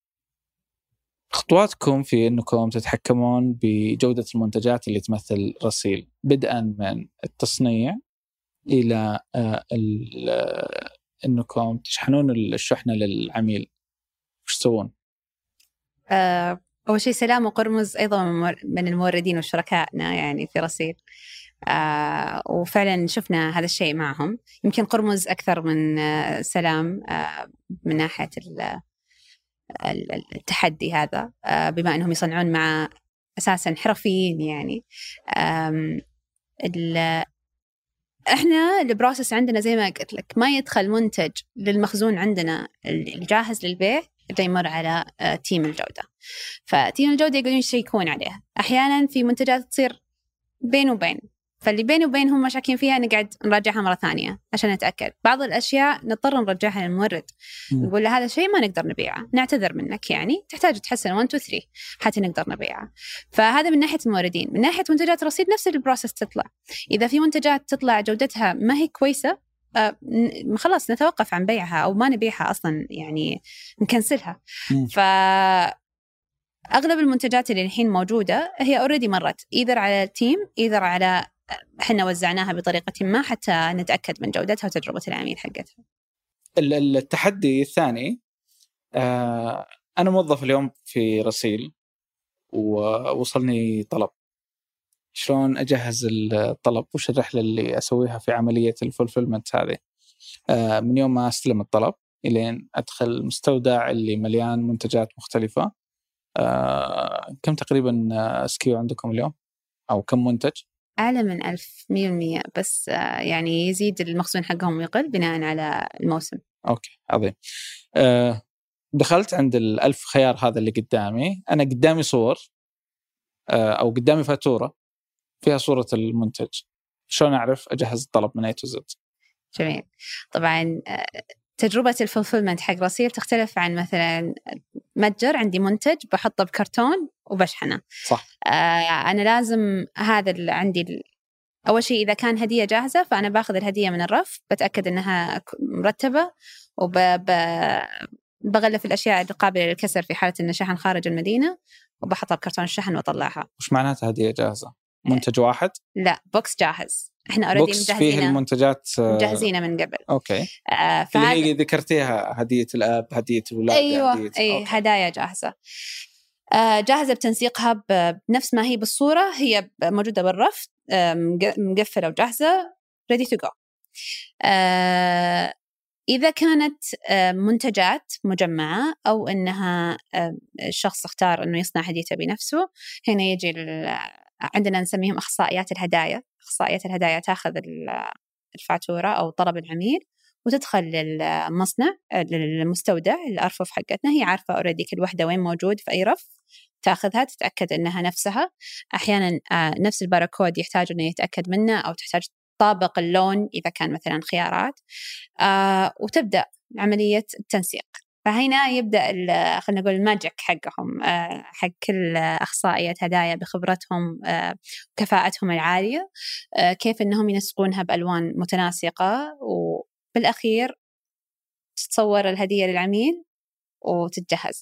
خطواتكم في أنكم تتحكمون بجودة المنتجات اللي تمثل رصيل، بدءا من التصنيع إلى أنكم تشحنون الشحنة للعميل، وش تسوون؟ أول شيء سلام وقرمز أيضا من الموردين وشركائنا يعني في رصيل، وفعلا شفنا هذا الشيء معهم. يمكن قرمز أكثر من سلام من ناحية التحدي هذا، بما أنهم يصنعون مع أساسا حرفيين يعني. إحنا البروسس عندنا زي ما قلت لك، ما يدخل منتج للمخزون عندنا الجاهز للبيع إلا يمر على تيم الجودة. فتيم الجودة يقولون يشيكون عليه. أحيانا في منتجات تصير بين وبين، فاللي بين وبين هم شاكين فيها نقعد نراجعها مرة ثانية عشان نتأكد. بعض الأشياء نضطر نرجعها للمورد، نقول له هذا الشيء ما نقدر نبيعه، نعتذر منك، يعني تحتاج تحسن 1 2 3 حتى نقدر نبيعه. فهذا من ناحية الموردين. من ناحية منتجات رصيد نفس البروسس تطلع. إذا في منتجات تطلع جودتها ما هي كويسة، خلاص نتوقف عن بيعها أو ما نبيعها أصلا، يعني نكنسلها. أغلب المنتجات اللي الحين موجودة هي أوريدي مرت إيذر على التيم، إيذر على إحنا وزعناها بطريقة ما حتى نتأكد من جودتها وتجربة العميل حقتها. التحدي الثاني، أنا موظف اليوم في رصيل ووصلني طلب. شلون أجهز الطلب؟ وش الرحلة اللي أسويها في عملية الفولفيلمنت هذه؟ من يوم ما أستلم الطلب إلين أدخل مستودع اللي مليان منتجات مختلفة. كم تقريبا سكيو عندكم اليوم أو كم منتج؟ أعلى من 1000 100%، بس يعني يزيد المخزون حقهم ويقل بناء على الموسم. أوكي، عظيم. دخلت عند 1000 خيار هذا اللي قدامي، أنا قدامي صور أو قدامي فاتورة فيها صورة المنتج. شلون أعرف أجهز الطلب من A to Z؟ جميل. طبعا تجربة الفولفيلمنت حق رصيل تختلف عن مثلا متجر عندي منتج بحطه بكرتون وبشحنه. صح. أنا لازم هذا عندي أول شيء إذا كان هدية جاهزة فأنا باخذ الهدية من الرف، بتأكد أنها مرتبة، وبغلف الأشياء القابلة للكسر في حالة أن شحن خارج المدينة، وبحطها بكرتون الشحن وأطلعها. وش معناتها هدية جاهزة؟ منتج واحد؟ لا، بوكس جاهز. احنا اوريدي بوكس فيه المنتجات مجهزينه من قبل. اوكي. اللي هي ذكرتيها، هدية الاب، هدية الولاد. ايوه هدايا جاهزه. جاهزه بتنسيقها بنفس ما هي بالصوره، هي موجوده بالرف مقفله وجاهزه ready to go. إذا كانت منتجات مجمعة أو أنها الشخص اختار أنه يصنع هديته بنفسه، هنا يجي عندنا نسميهم أخصائيات الهدايا. أخصائيات الهدايا تأخذ الفاتورة أو طلب العميل وتدخل للمصنع، للمستودع، الأرفف حقتنا. هي عارفة أوريدي كل وحدة وين موجود في أي رف، تأخذها تتأكد أنها نفسها. أحيانا نفس الباركود يحتاج أنه يتأكد منه، أو تحتاج طابق اللون إذا كان مثلا خيارات، وتبدأ عملية التنسيق. فهنا يبدأ خلينا نقول الماجيك حقهم، حق كل أخصائية هدايا بخبرتهم وكفاءتهم العالية، كيف أنهم ينسقونها بألوان متناسقة، وبالأخير تتصور الهدية للعميل وتتجهز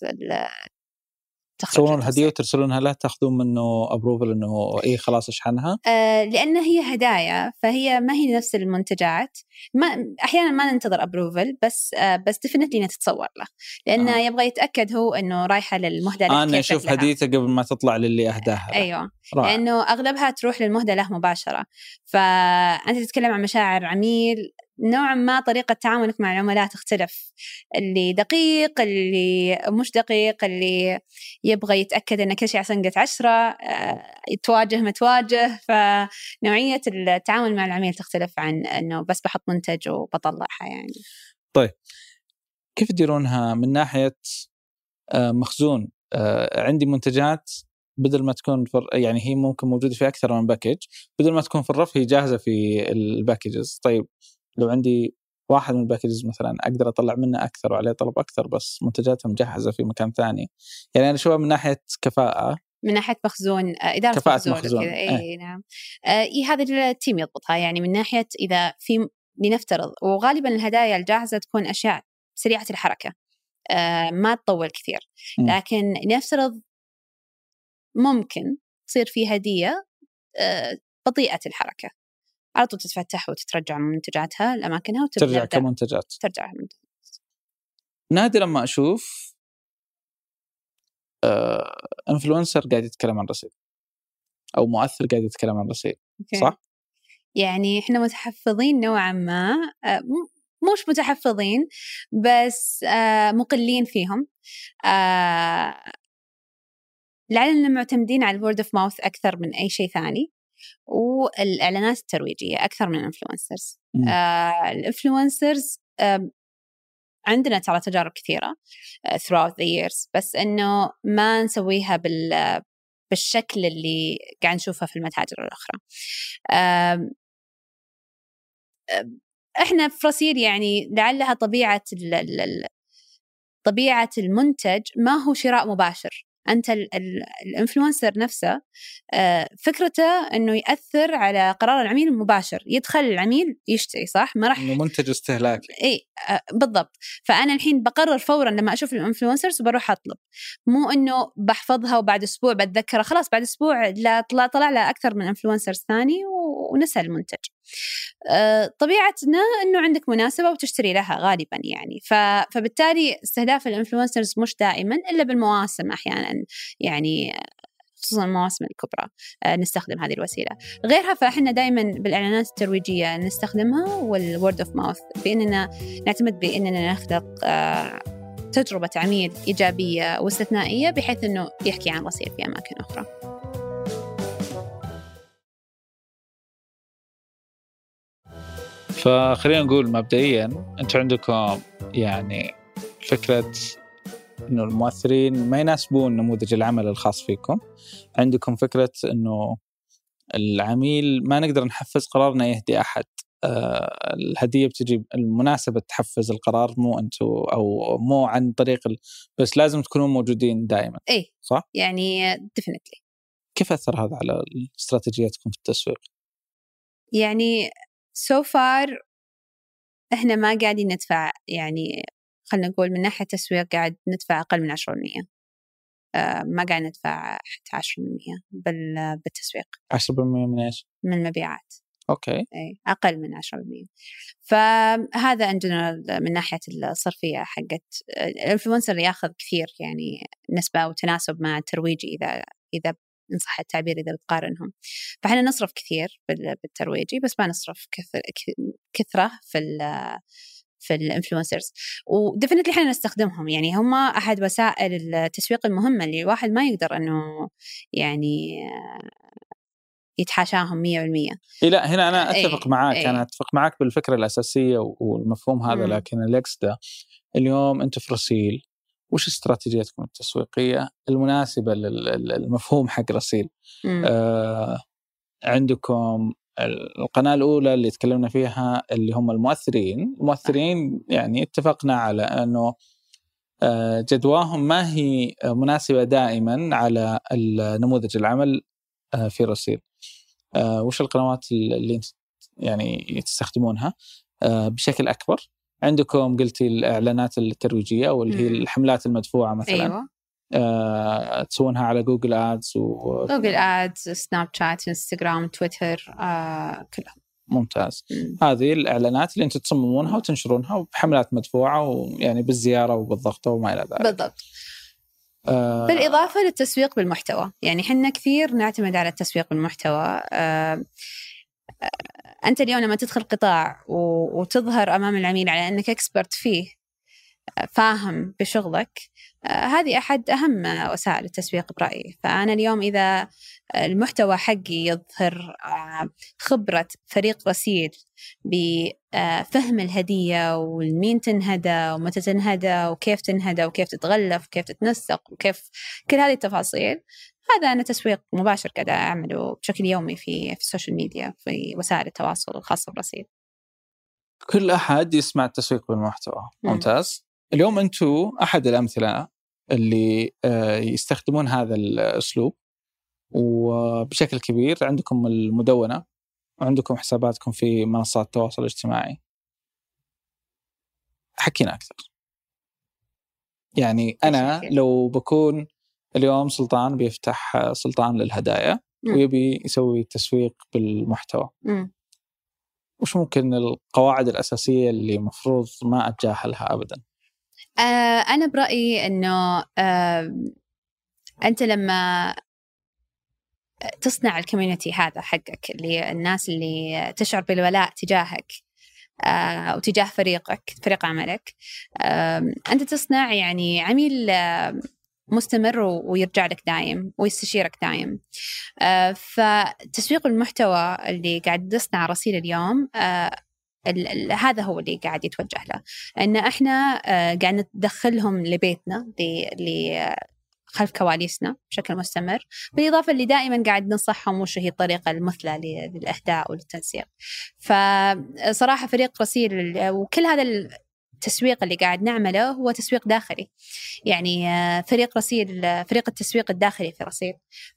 تسوون الهدية وترسلونها له، تأخذون منه أبروفل إنه إيه خلاص إشحنها؟ لأن هي هدايا فهي ما هي نفس المنتجات. أحيانا ما ننتظر أبروفل، بس ديفينتلي تتصور له، لأنه يبغى يتأكد هو إنه رايحة للمهدى له. أنا أشوف هديته قبل ما تطلع للي أهداها له. أيوة. لأنه أغلبها تروح للمهدى له مباشرة، فأنت تتكلم عن مشاعر عميل. نوعا ما طريقة تعاملك مع العملاء تختلف، اللي دقيق، اللي مش دقيق، اللي يبغى يتأكد أن كل شيء على سنقة 10، يتواجه متواجه. فنوعية التعامل مع العميل تختلف عن أنه بس بحط منتج وبطلعها يعني. طيب كيف تديرونها من ناحية مخزون؟ عندي منتجات بدل ما تكون يعني هي ممكن موجودة في أكثر من باكج، بدل ما تكون في الرف هي جاهزة في الباكجز. طيب لو عندي واحد من الباكجز مثلا أقدر أطلع منه أكثر وعليه طلب أكثر، بس منتجاتها مجهزة في مكان ثاني. يعني أنا أشوفها من ناحية كفاءة، من ناحية مخزون، إدارة مخزون كذا. إيه نعم. هذا التيم يضبطها. يعني من ناحية إذا في، لنفترض، وغالبا الهدايا الجاهزة تكون أشياء سريعة الحركة، ما تطول كثير. لكن نفترض ممكن تصير في هدية بطيئة الحركة، على طول تتفتح وتترجع من منتجاتها لأماكنها وترجع كمنتجات. ترجع نادرا ما أشوف انفلونسر قاعد يتكلم عن رصيد أو مؤثر قاعد يتكلم عن رصيد. صح؟ يعني إحنا متحفظين نوعا ما، مش متحفظين بس مقلين فيهم، لأننا معتمدين على الورد اوف ماوث أكثر من أي شيء ثاني، والإعلانات الترويجية أكثر من الانفلونسرز. الانفلونسرز عندنا ترى تجارب كثيرة throughout the years، بس إنه ما نسويها بالشكل اللي قاعد نشوفه في المتاجر الأخرى. إحنا في رصيد يعني لعلها طبيعة المنتج ما هو شراء مباشر. أنت الانفلونسر نفسه فكرته أنه يأثر على قرار العميل المباشر، يدخل العميل يشتري، صح؟ ما راح منتج استهلاكي. إيه بالضبط. فأنا الحين بقرر فورا لما أشوف الانفلونسرز وبروح أطلب، مو أنه بحفظها وبعد أسبوع بتذكرها. خلاص بعد أسبوع طلع له أكثر من انفلونسرز ثاني ونسى المنتج. طبيعتنا أنه عندك مناسبة وتشتري لها غالبا يعني. فبالتالي استهداف الانفلونسرز مش دائما إلا بالمواسم، أحيانا يعني خصوصا المواسم الكبرى نستخدم هذه الوسيلة. غيرها فإحنا دائما بالإعلانات الترويجية نستخدمها والword of mouth، بأننا نعتمد بأننا نخلق تجربة عميل إيجابية واستثنائية، بحيث أنه يحكي عن رصيد في أماكن أخرى. فخلينا نقول مبدئيا أنتم عندكم يعني فكرة إنه المؤثرين ما يناسبون نموذج العمل الخاص فيكم. عندكم فكرة إنه العميل ما نقدر نحفز قرارنا يهدي أحد. الهدية بتجي المناسبة تحفز القرار، مو أنتوا أو مو عن طريق بس لازم تكونون موجودين دائما. إيه صح؟ يعني definitely. كيف أثر هذا على استراتيجياتكم في التسويق؟ يعني so far إحنا ما قاعدين ندفع، يعني خلنا نقول من ناحية تسويق قاعد ندفع أقل من 10%. ما قاعد ندفع حتى 10% بالتسويق. 10% من إيش؟ من المبيعات. أوكي. أي أقل من 10%. فهذا عندنا من ناحية الصرفية حقت الإنفلونسر يأخذ كثير يعني نسبة وتناسب مع الترويجي إذا إن صح التعبير، إذا بتقارنهم. فإحنا نصرف كثير بالترويجي، بس ما نصرف كثرة في الانفلونسرز. ودفنتلي احنا نستخدمهم، يعني هم أحد وسائل التسويق المهمة اللي الواحد ما يقدر أنه يعني يتحاشاهم 100%. لا هنا أنا أتفق معاك. إيه. أنا أتفق معاك بالفكرة الأساسية والمفهوم هذا. لكن اللي أقصده اليوم أنت في رسيل، وش استراتيجيتكم التسويقية المناسبة للمفهوم حق رسيل؟ عندكم القناة الأولى اللي تكلمنا فيها اللي هم المؤثرين يعني اتفقنا على أنه جدواهم ما هي مناسبة دائما على النموذج العمل في رسيل. وش القنوات اللي يعني تستخدمونها بشكل أكبر؟ عندكم قلتي الإعلانات الترويجية واللي هي الحملات المدفوعة مثلا. أيوة. تسوونها على جوجل آدز جوجل آدز، سناب شات، انستغرام، تويتر، كلهم. ممتاز. هذه الإعلانات اللي أنتم تصممونها وتنشرونها بحملات مدفوعة ويعني بالزيارة وبالضغط وما إلى ذلك. بالضبط. بالإضافة للتسويق بالمحتوى، يعني حنا كثير نعتمد على التسويق بالمحتوى. أنت اليوم لما تدخل قطاع وتظهر أمام العميل على أنك إكسبرت فيه، فاهم بشغلك، هذه أحد أهم وسائل التسويق برأيي. فأنا اليوم إذا المحتوى حقي يظهر خبرة فريق رسيل بفهم الهدية والمين تنهدى ومتى تنهدى وكيف تنهدى وكيف تتغلف وكيف تتنسق وكيف كل هذه التفاصيل، هذا أنا تسويق مباشر قاعدة أعمله بشكل يومي في السوشيال ميديا، في وسائل التواصل الخاصة برسيل. كل أحد يسمع التسويق بالمحتوى. ممتاز. اليوم أنتوا أحد الأمثلة اللي يستخدمون هذا الأسلوب وبشكل كبير. عندكم المدونة وعندكم حساباتكم في منصات التواصل الاجتماعي. حكينا أكثر. يعني أنا لو بكون اليوم سلطان بيفتح سلطان للهدايا ويبي يسوي تسويق بالمحتوى، وش ممكن القواعد الأساسية اللي مفروض ما أتجاهلها أبدا؟ أنا برأيي أنه أنت لما تصنع الكوميونتي هذا حقك، اللي الناس اللي تشعر بالولاء تجاهك وتجاه فريق عملك، أنت تصنع يعني عميل مستمر ويرجع لك دايم ويستشيرك دايم. فتسويق المحتوى اللي قاعد تصنع رسيل اليوم، هذا هو اللي قاعد يتوجه له، أن إحنا قاعد ندخلهم لبيتنا خلف كواليسنا بشكل مستمر، بالإضافة اللي دائما قاعد ننصحهم وش هي الطريقة المثلى للإهداء وللتنسيق. فصراحة فريق رسيل وكل هذا التسويق اللي قاعد نعمله هو تسويق داخلي، يعني فريق التسويق الداخلي في رسيل.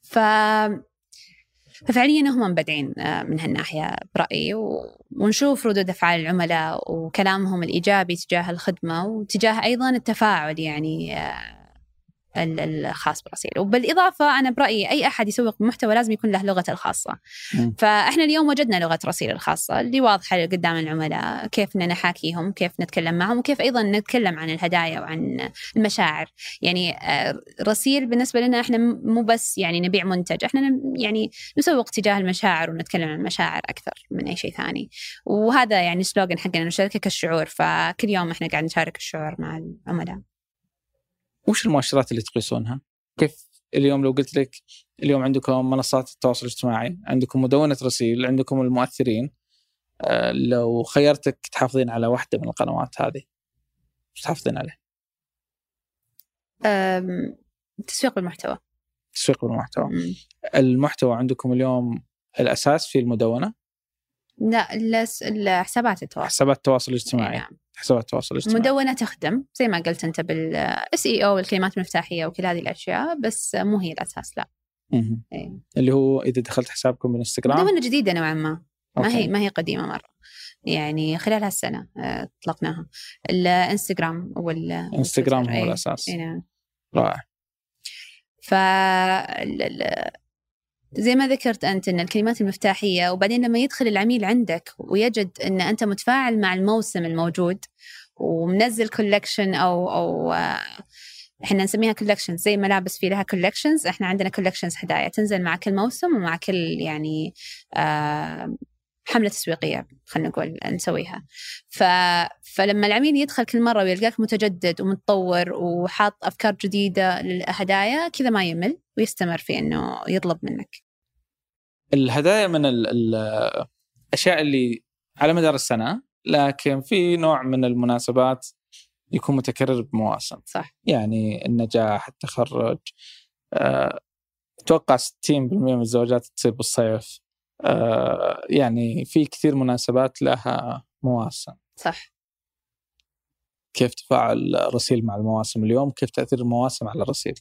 ففعليا هم مبدعين من هالناحية برأيي، ونشوف ردود أفعال العملاء وكلامهم الإيجابي تجاه الخدمة وتجاه أيضا التفاعل يعني الخاص برسيل. وبالإضافة أنا برأيي أي أحد يسوق محتوى لازم يكون له لغته الخاصة. فإحنا اليوم وجدنا لغة رسيل الخاصة اللي واضحة قدام العملاء، كيف نحاكيهم، كيف نتكلم معهم، وكيف أيضا نتكلم عن الهدايا وعن المشاعر. يعني رسيل بالنسبة لنا إحنا مو بس يعني نبيع منتج، إحنا يعني نسوق تجاه المشاعر ونتكلم عن المشاعر أكثر من أي شيء ثاني. وهذا يعني سلوغن حقنا، نشاركك الشعور. فكل يوم إحنا قاعد نشارك الشعور مع العملاء. وش المؤشرات اللي تقيسونها؟ كيف اليوم لو قلت لك اليوم عندكم منصات التواصل الاجتماعي، عندكم مدونة رسيل، عندكم المؤثرين، لو خيرتك تحافظين على واحدة من القنوات هذه وش تحافظين عليه؟ تسويق المحتوى. تسويق المحتوى. المحتوى عندكم اليوم الأساس في المدونة؟ لا، حسابات التواصل الاجتماعي. نعم. حسابات التواصل الاجتماعي مدونة تخدم زي ما قلت أنت SEO والكلمات المفتاحية وكل هذه الأشياء، بس مو هي الأساس. لا. إيه. اللي هو إذا دخلت حسابكم بالإنستغرام، مدونة جديدة نوعا ما هي قديمة مرة، يعني خلال هالسنة طلقناها. الانستغرام الانستغرام هو الأساس. نعم. رائع. زي ما ذكرت أنت إن الكلمات المفتاحية، وبعدين لما يدخل العميل عندك ويجد إن أنت متفاعل مع الموسم الموجود ومنزل كولكشن أو إحنا نسميها كولكشن، زي ملابس في لها كولكشنز، إحنا عندنا كولكشنز هدايا تنزل مع كل موسم ومع كل يعني حملة تسويقية خلنا نقول نسويها. فلما العميل يدخل كل مرة ويلقاك متجدد ومتطور وحاط أفكار جديدة للهدايا كذا ما يمل ويستمر في إنه يطلب منك. الهدايا من الأشياء اللي على مدار السنة، لكن في نوع من المناسبات يكون متكرر بمواسم. صح. يعني النجاح، التخرج، أتوقع 60% من الزواجات تصير بالصيف. يعني في كثير مناسبات لها مواسم. صح. كيف تفاعل الرسيل مع المواسم اليوم؟ كيف تأثير المواسم على الرسيل؟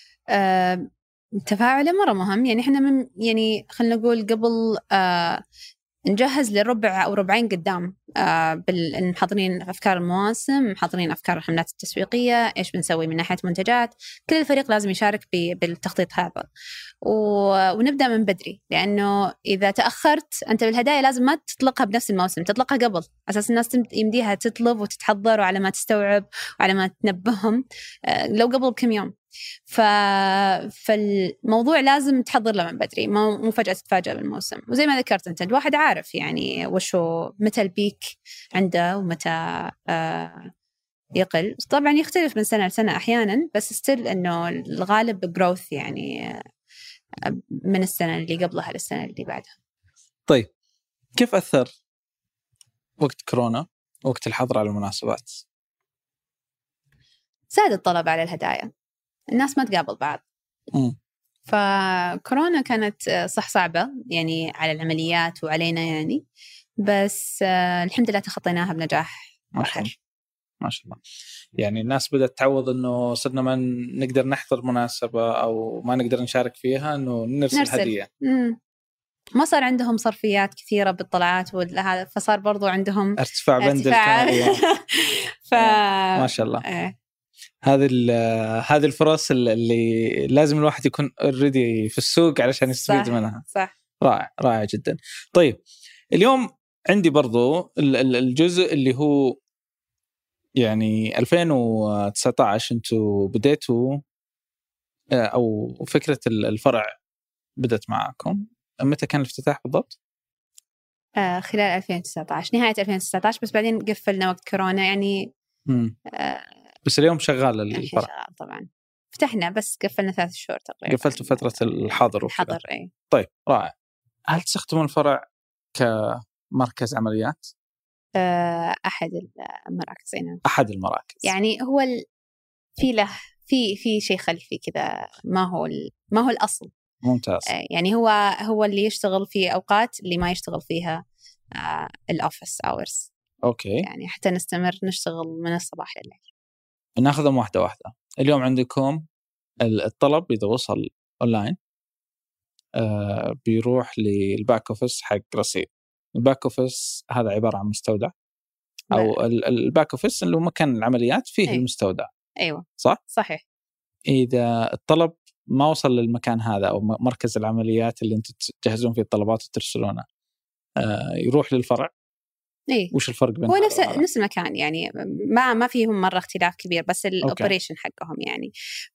تفاعله مرة مهم. يعني إحنا يعني خلنا نقول قبل نجهز لربع أو ربعين قدام، محضرين أفكار المواسم، محضرين أفكار الحملات التسويقية، إيش بنسوي من ناحية منتجات. كل الفريق لازم يشارك بالتخطيط هذا، ونبدأ من بدري، لأنه إذا تأخرت أنت بالهدايا لازم ما تطلقها بنفس الموسم، تطلقها قبل أساس الناس يمديها تطلب وتتحضر وعلى ما تستوعب وعلى ما تنبههم لو قبل بكم يوم. فالموضوع لازم تحضر له من بدري، مو فجأة تتفاجأ بالموسم. وزي ما ذكرت أنت الواحد عارف يعني وشو متى البيك عنده ومتى يقل. طبعا يختلف من سنة لسنة أحيانا، بس ستيل إنه الغالب جروث يعني من السنة اللي قبلها للسنة اللي بعدها. طيب كيف أثر وقت كورونا وقت الحظر على المناسبات؟ زاد الطلب على الهدايا، الناس ما تقابل بعض. فكورونا كانت صح صعبة يعني على العمليات وعلينا يعني، بس الحمد لله تخطيناها بنجاح. ما شاء الله. يعني الناس بدأت تعوض إنه صرنا ما نقدر نحضر مناسبة أو ما نقدر نشارك فيها، إنه نرسل هدية. ما صار عندهم صرفيات كثيرة بالطلعات وهذا، فصار برضو عندهم ارتفاع بند ما شاء الله. هذه الفرص اللي لازم الواحد يكون already في السوق علشان يستفيد منها. صح. رائع جدا. طيب اليوم عندي برضو الجزء اللي هو يعني 2019 انتوا بديتوا او فكرة الفرع بدت معاكم متى كان الافتتاح بالضبط؟ خلال 2019 نهاية 2019، بس بعدين قفلنا وقت كورونا يعني. بس اليوم شغال الفرع. شغال طبعا. فتحنا بس قفلنا 3 شهور تقريبا. قفلتوا فترة الحظر. اي. طيب رائع. هل تستخدمون الفرع كمركز عمليات؟ أحد المراكز. أحد المراكز. يعني هو في شيء خلفي كذا، ما هو الأصل. ممتاز. يعني هو اللي يشتغل في أوقات اللي ما يشتغل فيها الأوفيس أورز. أوكي. يعني حتى نستمر نشتغل من الصباح لليل. ناخذهم واحدة واحدة. اليوم عندكم الطلب إذا وصل أونلاين بيروح للباك أوفيس حق رصيد. الباك أوفيس هذا عبارة عن مستودع أو الباك أوفيس اللي هو مكان العمليات فيه. المستودع. أيوة. صح؟ صحيح. إذا الطلب ما وصل للمكان هذا أو مركز العمليات اللي أنتم تجهزون فيه الطلبات وترسلونها يروح للفرع. إيه. وش الفرق بينهم؟ هو نفس المكان يعني، ما فيهم مرة اختلاف كبير، بس الأوبريشن حقهم يعني.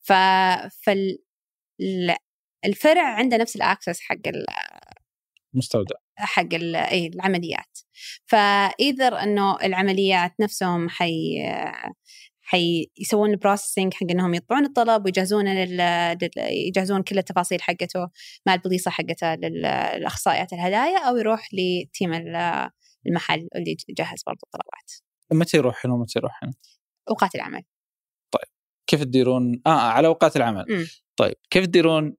الفرع عنده نفس الأكسس حق المستودع حق العمليات. فإذا إنه العمليات نفسهم يسوون البروسيسنج حق إنهم يطبعون الطلب ويجهزون يجهزون كل التفاصيل حقته مع البوليصة حقته للأخصائيات الهدايا، أو يروح لتيم المحل اللي يجهز برضو الطلبات. متى يروح هنا ومتى يروح هنا؟ أوقات العمل. طيب كيف تديرون على أوقات العمل؟ طيب كيف تديرون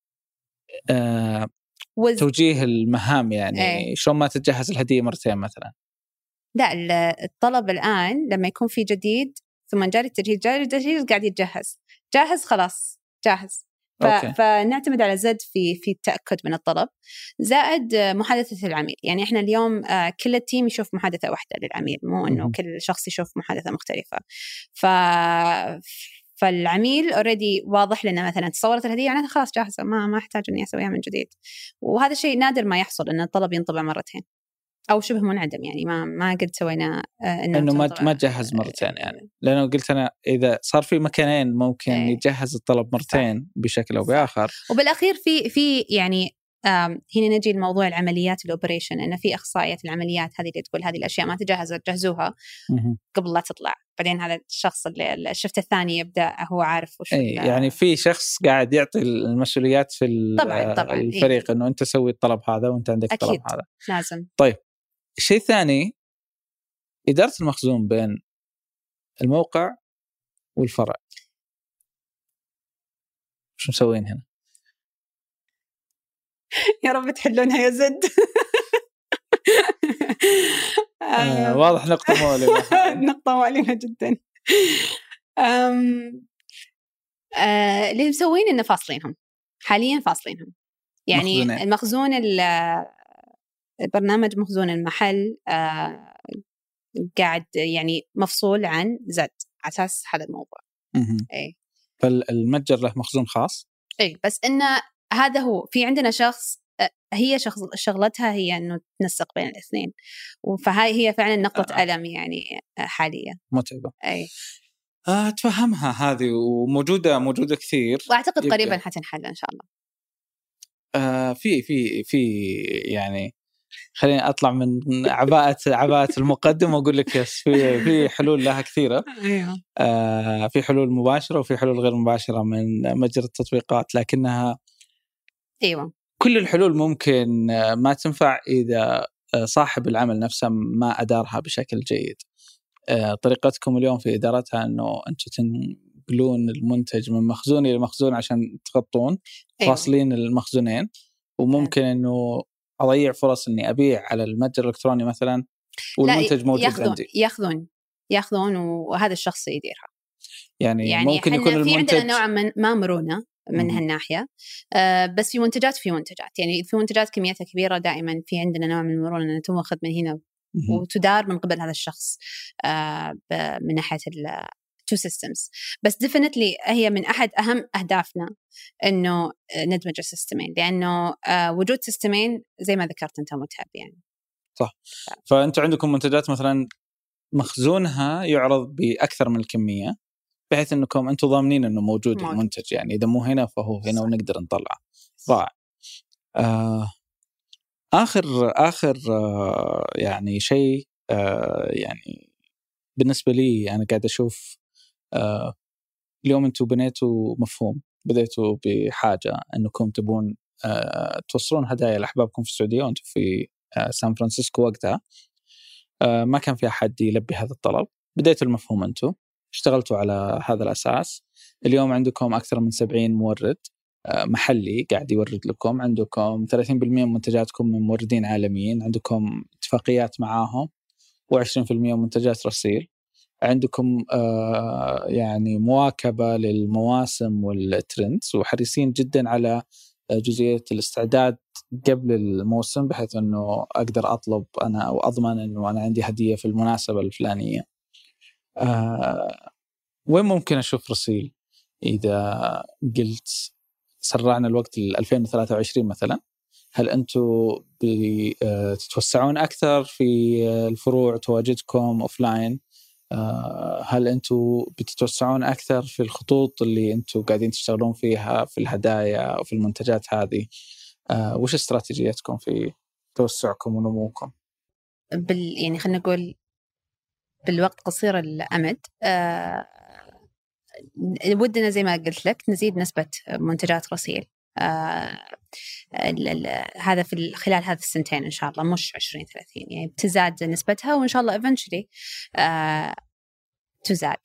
توجيه المهام يعني؟ شلون ما تتجهز الهدية مرتين مثلا؟ لا، الطلب الآن لما يكون في جديد ثم جاري التجهيز قاعد يتجهز جاهز خلاص جاهز. فنعتمد على زد في التأكد من الطلب، زائد محادثة العميل. يعني إحنا اليوم كل التيم يشوف محادثة واحدة للعميل، مو إنه كل شخص يشوف محادثة مختلفة. فالعميل اوريدي واضح لنا مثلا تصورت الهديه يعني خلاص جاهزه ما احتاج اني اسويها من جديد. وهذا الشيء نادر ما يحصل ان الطلب ينطبع مرتين او شبه منعدم، يعني ما قد سوينا انه ما تجهز مرتين يعني. لانه قلت انا اذا صار في مكانين ممكن يجهز الطلب مرتين صح. بشكل او باخر. وبالاخير في يعني هنا نجي لموضوع العمليات الأوبريشن، إن في أخصائيات العمليات هذه اللي تقول هذه الأشياء ما تجهزوا جهزوها قبل لا تطلع، بعدين هذا الشخص اللي الشفت الثاني يبدأ هو عارف وش يعني في شخص قاعد يعطي المسؤوليات في طبعاً الفريق إنه أنت سوي الطلب هذا وأنت عندك الطلب هذا لازم. طيب شيء ثاني، إدارة المخزون بين الموقع والفرع، شو مسوين هنا؟ يا رب تحلونها يا زد. واضح نقطة مؤلمة. نقطة مؤلمة جدا. اللي مسوين إنه فاصلينهم حاليا، فاصلينهم يعني مخزونين. المخزون البرنامج مخزون المحل قاعد يعني مفصول عن زد على أساس هذا الموضوع. أي. فالمتجر له مخزون خاص. أي بس إنه هذا هو في عندنا شخص هي شغلتها هي إنه تنسق بين الاثنين، فهاي هي فعلا نقطة ألم يعني حاليا متعبة. أي. أتفهمها هذه وموجودة كثير، وأعتقد قريبا حتنحل إن شاء الله. في يعني خليني أطلع من عباءة المقدم وأقول لك يس في حلول لها كثيرة. أيوة. في حلول مباشرة وفي حلول غير مباشرة من متجر التطبيقات، لكنها أيوة كل الحلول ممكن ما تنفع إذا صاحب العمل نفسه ما أدارها بشكل جيد. طريقتكم اليوم في إدارتها أنه أنتم تنقلون المنتج من مخزون إلى مخزون عشان تغطون. أيوة. فاصلين المخزونين، وممكن أنه أضيع فرص أني أبيع على المتجر الإلكتروني مثلا والمنتج موجود عندي. ياخذون وهذا الشخص يديرها. يعني ممكن يكون في المنتج عندنا نوعا ما مرونة من هالناحية. بس في منتجات يعني في منتجات كمياتها كبيرة دائما في عندنا نوع من المرونة أن تأخذ من هنا وتدار من قبل هذا الشخص من ناحية two systems. بس definitely هي من أحد أهم أهدافنا إنه ندمج السيستمين، لأنه وجود سيستمين زي ما ذكرت أنت متعب يعني. صح. فأنتوا عندكم منتجات مثلا مخزونها يعرض بأكثر من الكمية، بحيث أنكم أنتم ضامنين أنه موجود المنتج، يعني إذا مو هنا فهو هنا. صح. ونقدر نطلع. رائع. آخر يعني شيء يعني بالنسبة لي أنا قاعد أشوف اليوم أنتم بنيتوا مفهوم، بديتوا بحاجة أنكم تبون توصلون هدايا لأحبابكم في السعودية، وأنتم في سان فرانسيسكو وقتها ما كان في أحد يلبي هذا الطلب. بديتوا المفهوم أنتم، اشتغلتوا على هذا الأساس. اليوم عندكم أكثر من 70 مورد محلي قاعد يورد لكم، عندكم 30% من منتجاتكم من موردين عالميين، عندكم اتفاقيات معاهم، و20% منتجات رصيل. عندكم يعني مواكبة للمواسم والترندز، وحريصين جدا على جزئية الاستعداد قبل الموسم، بحيث أنه أقدر أطلب أنا أو أضمن أنه أنا عندي هدية في المناسبة الفلانية. وين ممكن أشوف رصيل إذا قلت سرعنا الوقت ل 2023 مثلا؟ هل أنتم بتتوسعون أكثر في الفروع تواجدكم أوفلاين؟ هل أنتم بتتوسعون أكثر في الخطوط اللي أنتم قاعدين تشتغلون فيها في الهدايا أو في المنتجات هذه؟ وش استراتيجيتكم في توسعكم ونموكم؟ يعني خلينا نقول بالوقت قصير الأمد ودنا زي ما قلت لك نزيد نسبة منتجات رصيل. هذا في خلال هذه السنتين إن شاء الله، مش 20-30 يعني تزاد نسبتها، وإن شاء الله eventually تزاد.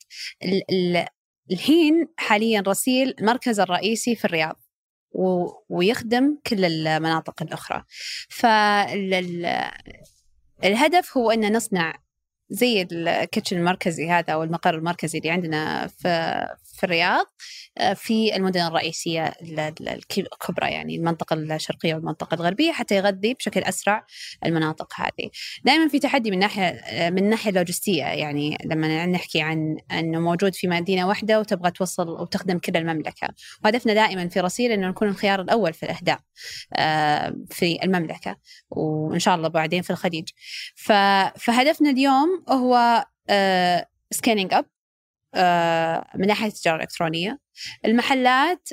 الحين حاليا رصيل المركز الرئيسي في الرياض ويخدم كل المناطق الأخرى. فالهدف هو أن نصنع زي الكيتشن المركزي هذا أو المقر المركزي اللي عندنا في الرياض في المدن الرئيسية الكبرى، يعني المنطقة الشرقية والمنطقة الغربية، حتى يغذي بشكل أسرع المناطق هذه. دائما في تحدي من الناحية اللوجستية، يعني لما نحكي عن أنه موجود في مدينة واحدة وتبغى توصل وتخدم كل المملكة، وهدفنا دائما في رسيل أنه نكون الخيار الأول في الإهداء في المملكة، وإن شاء الله بعدين في الخليج. فهدفنا اليوم هو سكيلينج أب من ناحية التجارة الإلكترونية. المحلات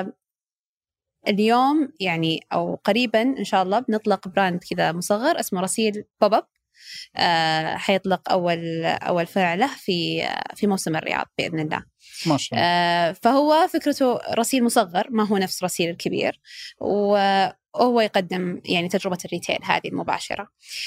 اليوم يعني أو قريبا إن شاء الله بنطلق براند كذا مصغر اسمه رسيل بوب أب، حيطلق أول فرع له في موسم الرياض بإذن الله. ما شاء الله. فهو فكرته رسيل مصغر، ما هو نفس رسيل الكبير، وهو يقدم يعني تجربة الريتيل هذه المباشرة.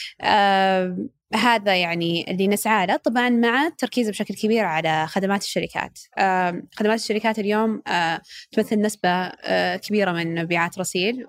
هذا يعني اللي نسعى له، طبعا مع التركيز بشكل كبير على خدمات الشركات. خدمات الشركات اليوم تمثل نسبة كبيرة من مبيعات رسيل،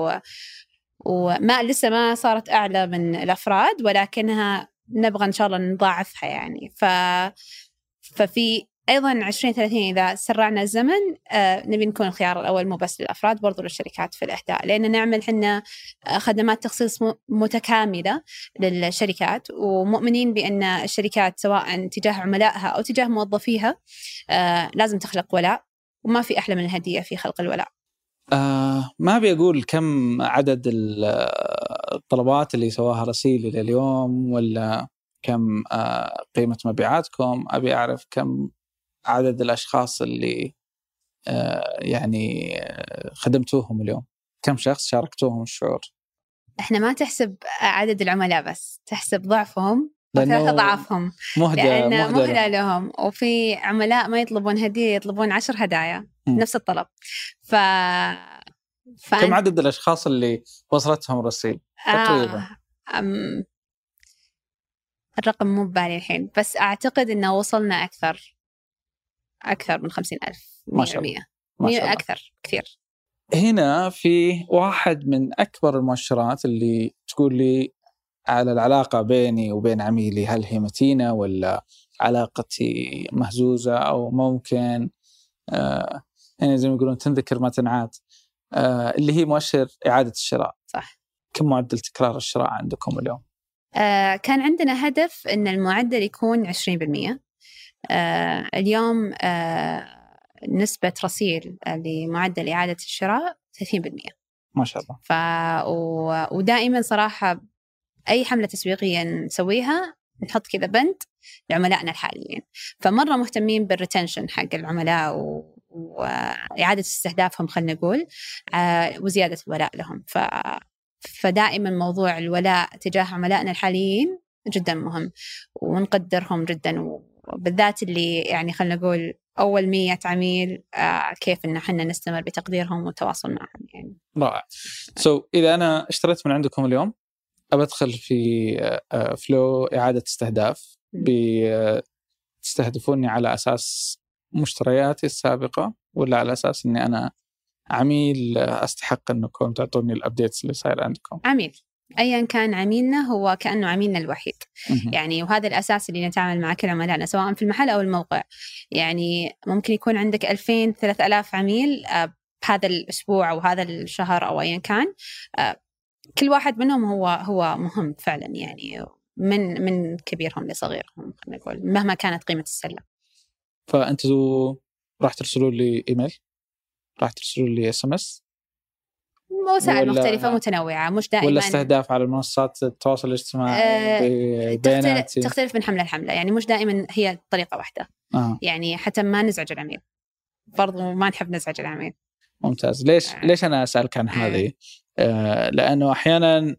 وما لسه ما صارت أعلى من الأفراد، ولكنها نبغى إن شاء الله نضاعفها يعني. ففي أيضاً 2030 إذا سرعنا الزمن نبي نكون الخيار الأول مو بس للأفراد، برضو للشركات في الإهداء، لأن نعمل حنا خدمات تخصيص متكاملة للشركات، ومؤمنين بأن الشركات سواء تجاه عملائها أو تجاه موظفيها لازم تخلق ولاء، وما في أحلى من الهدية في خلق الولاء. ما أبي أقول كم عدد الطلبات اللي سواها رسيل إلى اليوم ولا كم قيمة مبيعاتكم، أبي أعرف كم عدد الأشخاص اللي يعني خدمتوهم اليوم، كم شخص شاركتوهم الشعور. إحنا ما تحسب عدد العملاء بس، تحسب ضعفهم وثلاثة ضعفهم، لأن مهدى لهم. وفي عملاء ما يطلبون هدية، يطلبون 10 هدايا نفس الطلب. كم عدد الأشخاص اللي وصلتهم رسيل تقريبا؟ الرقم مو ببالي الحين، بس أعتقد إنه وصلنا أكثر من 50,000. ما شاء الله. ما شاء الله. أكثر كثير. هنا في واحد من أكبر المؤشرات اللي تقول لي على العلاقة بيني وبين عميلي، هل هي متينة ولا علاقتي مهزوزة أو ممكن يعني زي ما يقولون تنذكر ما تنعاد، اللي هي مؤشر إعادة الشراء. صح. كم معدل تكرار الشراء عندكم اليوم؟ كان عندنا هدف أن المعدل يكون 20%. اليوم نسبة رسيل لمعدل إعادة الشراء 30%. ما شاء الله. ودائما صراحة أي حملة تسويقية نسويها نحط كذا بند لعملائنا الحاليين، فمرة مهتمين بالريتنشن حق العملاء وإعادة استهدافهم خلنا نقول، وزيادة الولاء لهم. فدائما موضوع الولاء تجاه عملائنا الحاليين جدا مهم، ونقدرهم جدا، وبالذات اللي يعني خلنا نقول أول 100 عميل، كيف إن حنا نستمر بتقديرهم والتواصل معهم يعني. رائع. إذا أنا اشتريت من عندكم اليوم أدخل في فلو إعادة استهداف، بتستهدفوني على أساس مشترياتي السابقة ولا على أساس أني أنا عميل أستحق أنكم تعطوني الأبديتس اللي صاير عندكم؟ عميل أيا كان عميلنا هو كأنه عميلنا الوحيد يعني، وهذا الأساس اللي نتعامل مع كل عملائنا سواء في المحل أو الموقع. يعني ممكن يكون عندك 2000-3000 عميل بهذا الأسبوع أو هذا الشهر أو أيا كان، كل واحد منهم هو مهم فعلا يعني، من كبيرهم لصغيرهم خلينا نقول، مهما كانت قيمة السلة. فأنتوا راح ترسلوا لي إيميل، راح ترسلوا لي SMS، وسائل مختلفة متنوعة، مش دائما ولا استهداف على منصات التواصل الاجتماعي ببياناتي؟ تختلف من حملة لحملة يعني، مش دائما هي طريقة واحدة. يعني حتى ما نزعج العميل، برضو ما نحب نزعج العميل. ممتاز. ليش أنا أسألك عن هذه؟ لأنه أحيانا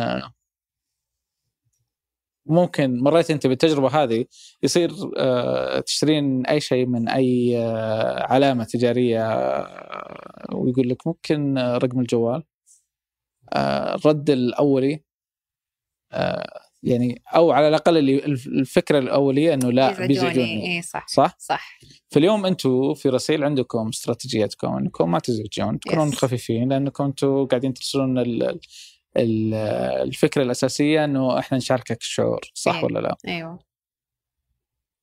ممكن مريت أنت بالتجربة هذه، يصير تشترين أي شيء من أي علامة تجارية ويقول لك ممكن رقم الجوال. الرد الأولي يعني، أو على الأقل الفكرة الأولية أنه لا بيزعجوني. إيه صح. فاليوم أنتوا في رسيل عندكم استراتيجيتكم أنكم ما تزعجون، تكونون خفيفين، لأنكم أنتوا قاعدين ترسلون الفكرة الأساسية أنه إحنا نشاركك الشعور، صح ولا لا؟ أيوه.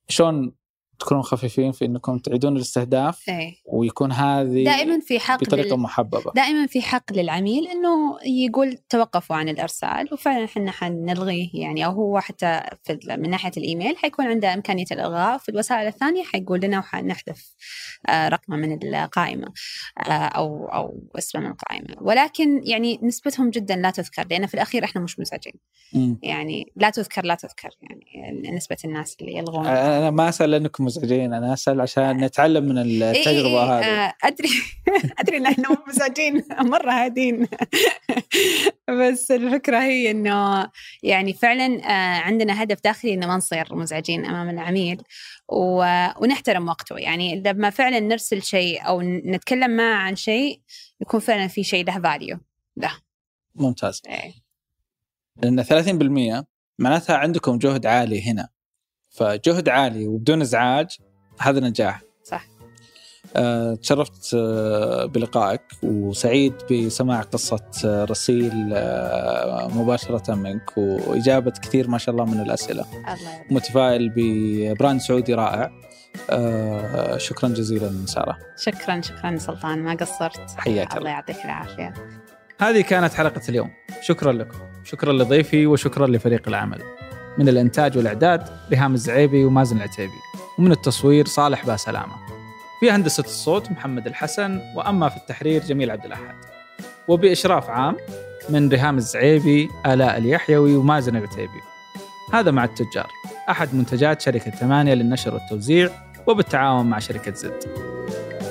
شلون تكونون خفيفين في انكم تعيدون الاستهداف ويكون هذه دائما في حق بطريقه محببه، دائما في حق للعميل انه يقول توقفوا عن الارسال، وفعلا احنا حنلغيه يعني، او هو حتى من ناحيه الايميل حيكون عنده امكانيه الالغاء، في الوسائل الثانيه حيقول لنا وحنحذف رقمه من القائمه او اسمه من القائمه. ولكن يعني نسبتهم جدا لا تذكر، لان في الاخير احنا مش مزعجين يعني، لا تذكر يعني نسبه الناس اللي يلغون. انا ما اسال لانكم مزعجين، أنا أسأل عشان نتعلم من التجربة هذه. أدري إن إحنا مزعجين مرة هادين بس الفكرة هي إنه يعني فعلا عندنا هدف داخلي إنه ما نصير مزعجين أمام العميل ونحترم وقته. يعني لما فعلا نرسل شيء أو نتكلم معه عن شيء يكون فعلا في شيء له فاليو له. ممتاز. لأن 30% معناتها عندكم جهد عالي هنا، فجهد عالي وبدون إزعاج هذا نجاح. صح. تشرفت بلقائك وسعيد بسماع قصة رسيل مباشرة منك وإجابة كثير ما شاء الله من الأسئلة. متفائل ببراند سعودي رائع. شكرا جزيلا سارة. شكرا سلطان، ما قصرت. حياك الله يعطيك العافية. هذه كانت حلقة اليوم. شكرا لكم، شكرا لضيفي وشكرا لفريق العمل. من الإنتاج والإعداد ريهام الزعيبي ومازن العتيبي، ومن التصوير صالح باسلامة. في هندسة الصوت محمد الحسن، وأما في التحرير جميل عبد الأحد، وبإشراف عام من ريهام الزعيبي، آلاء اليحيوي ومازن العتيبي. هذا مع التجار، أحد منتجات شركة 8 للنشر والتوزيع، وبالتعاون مع شركة زد.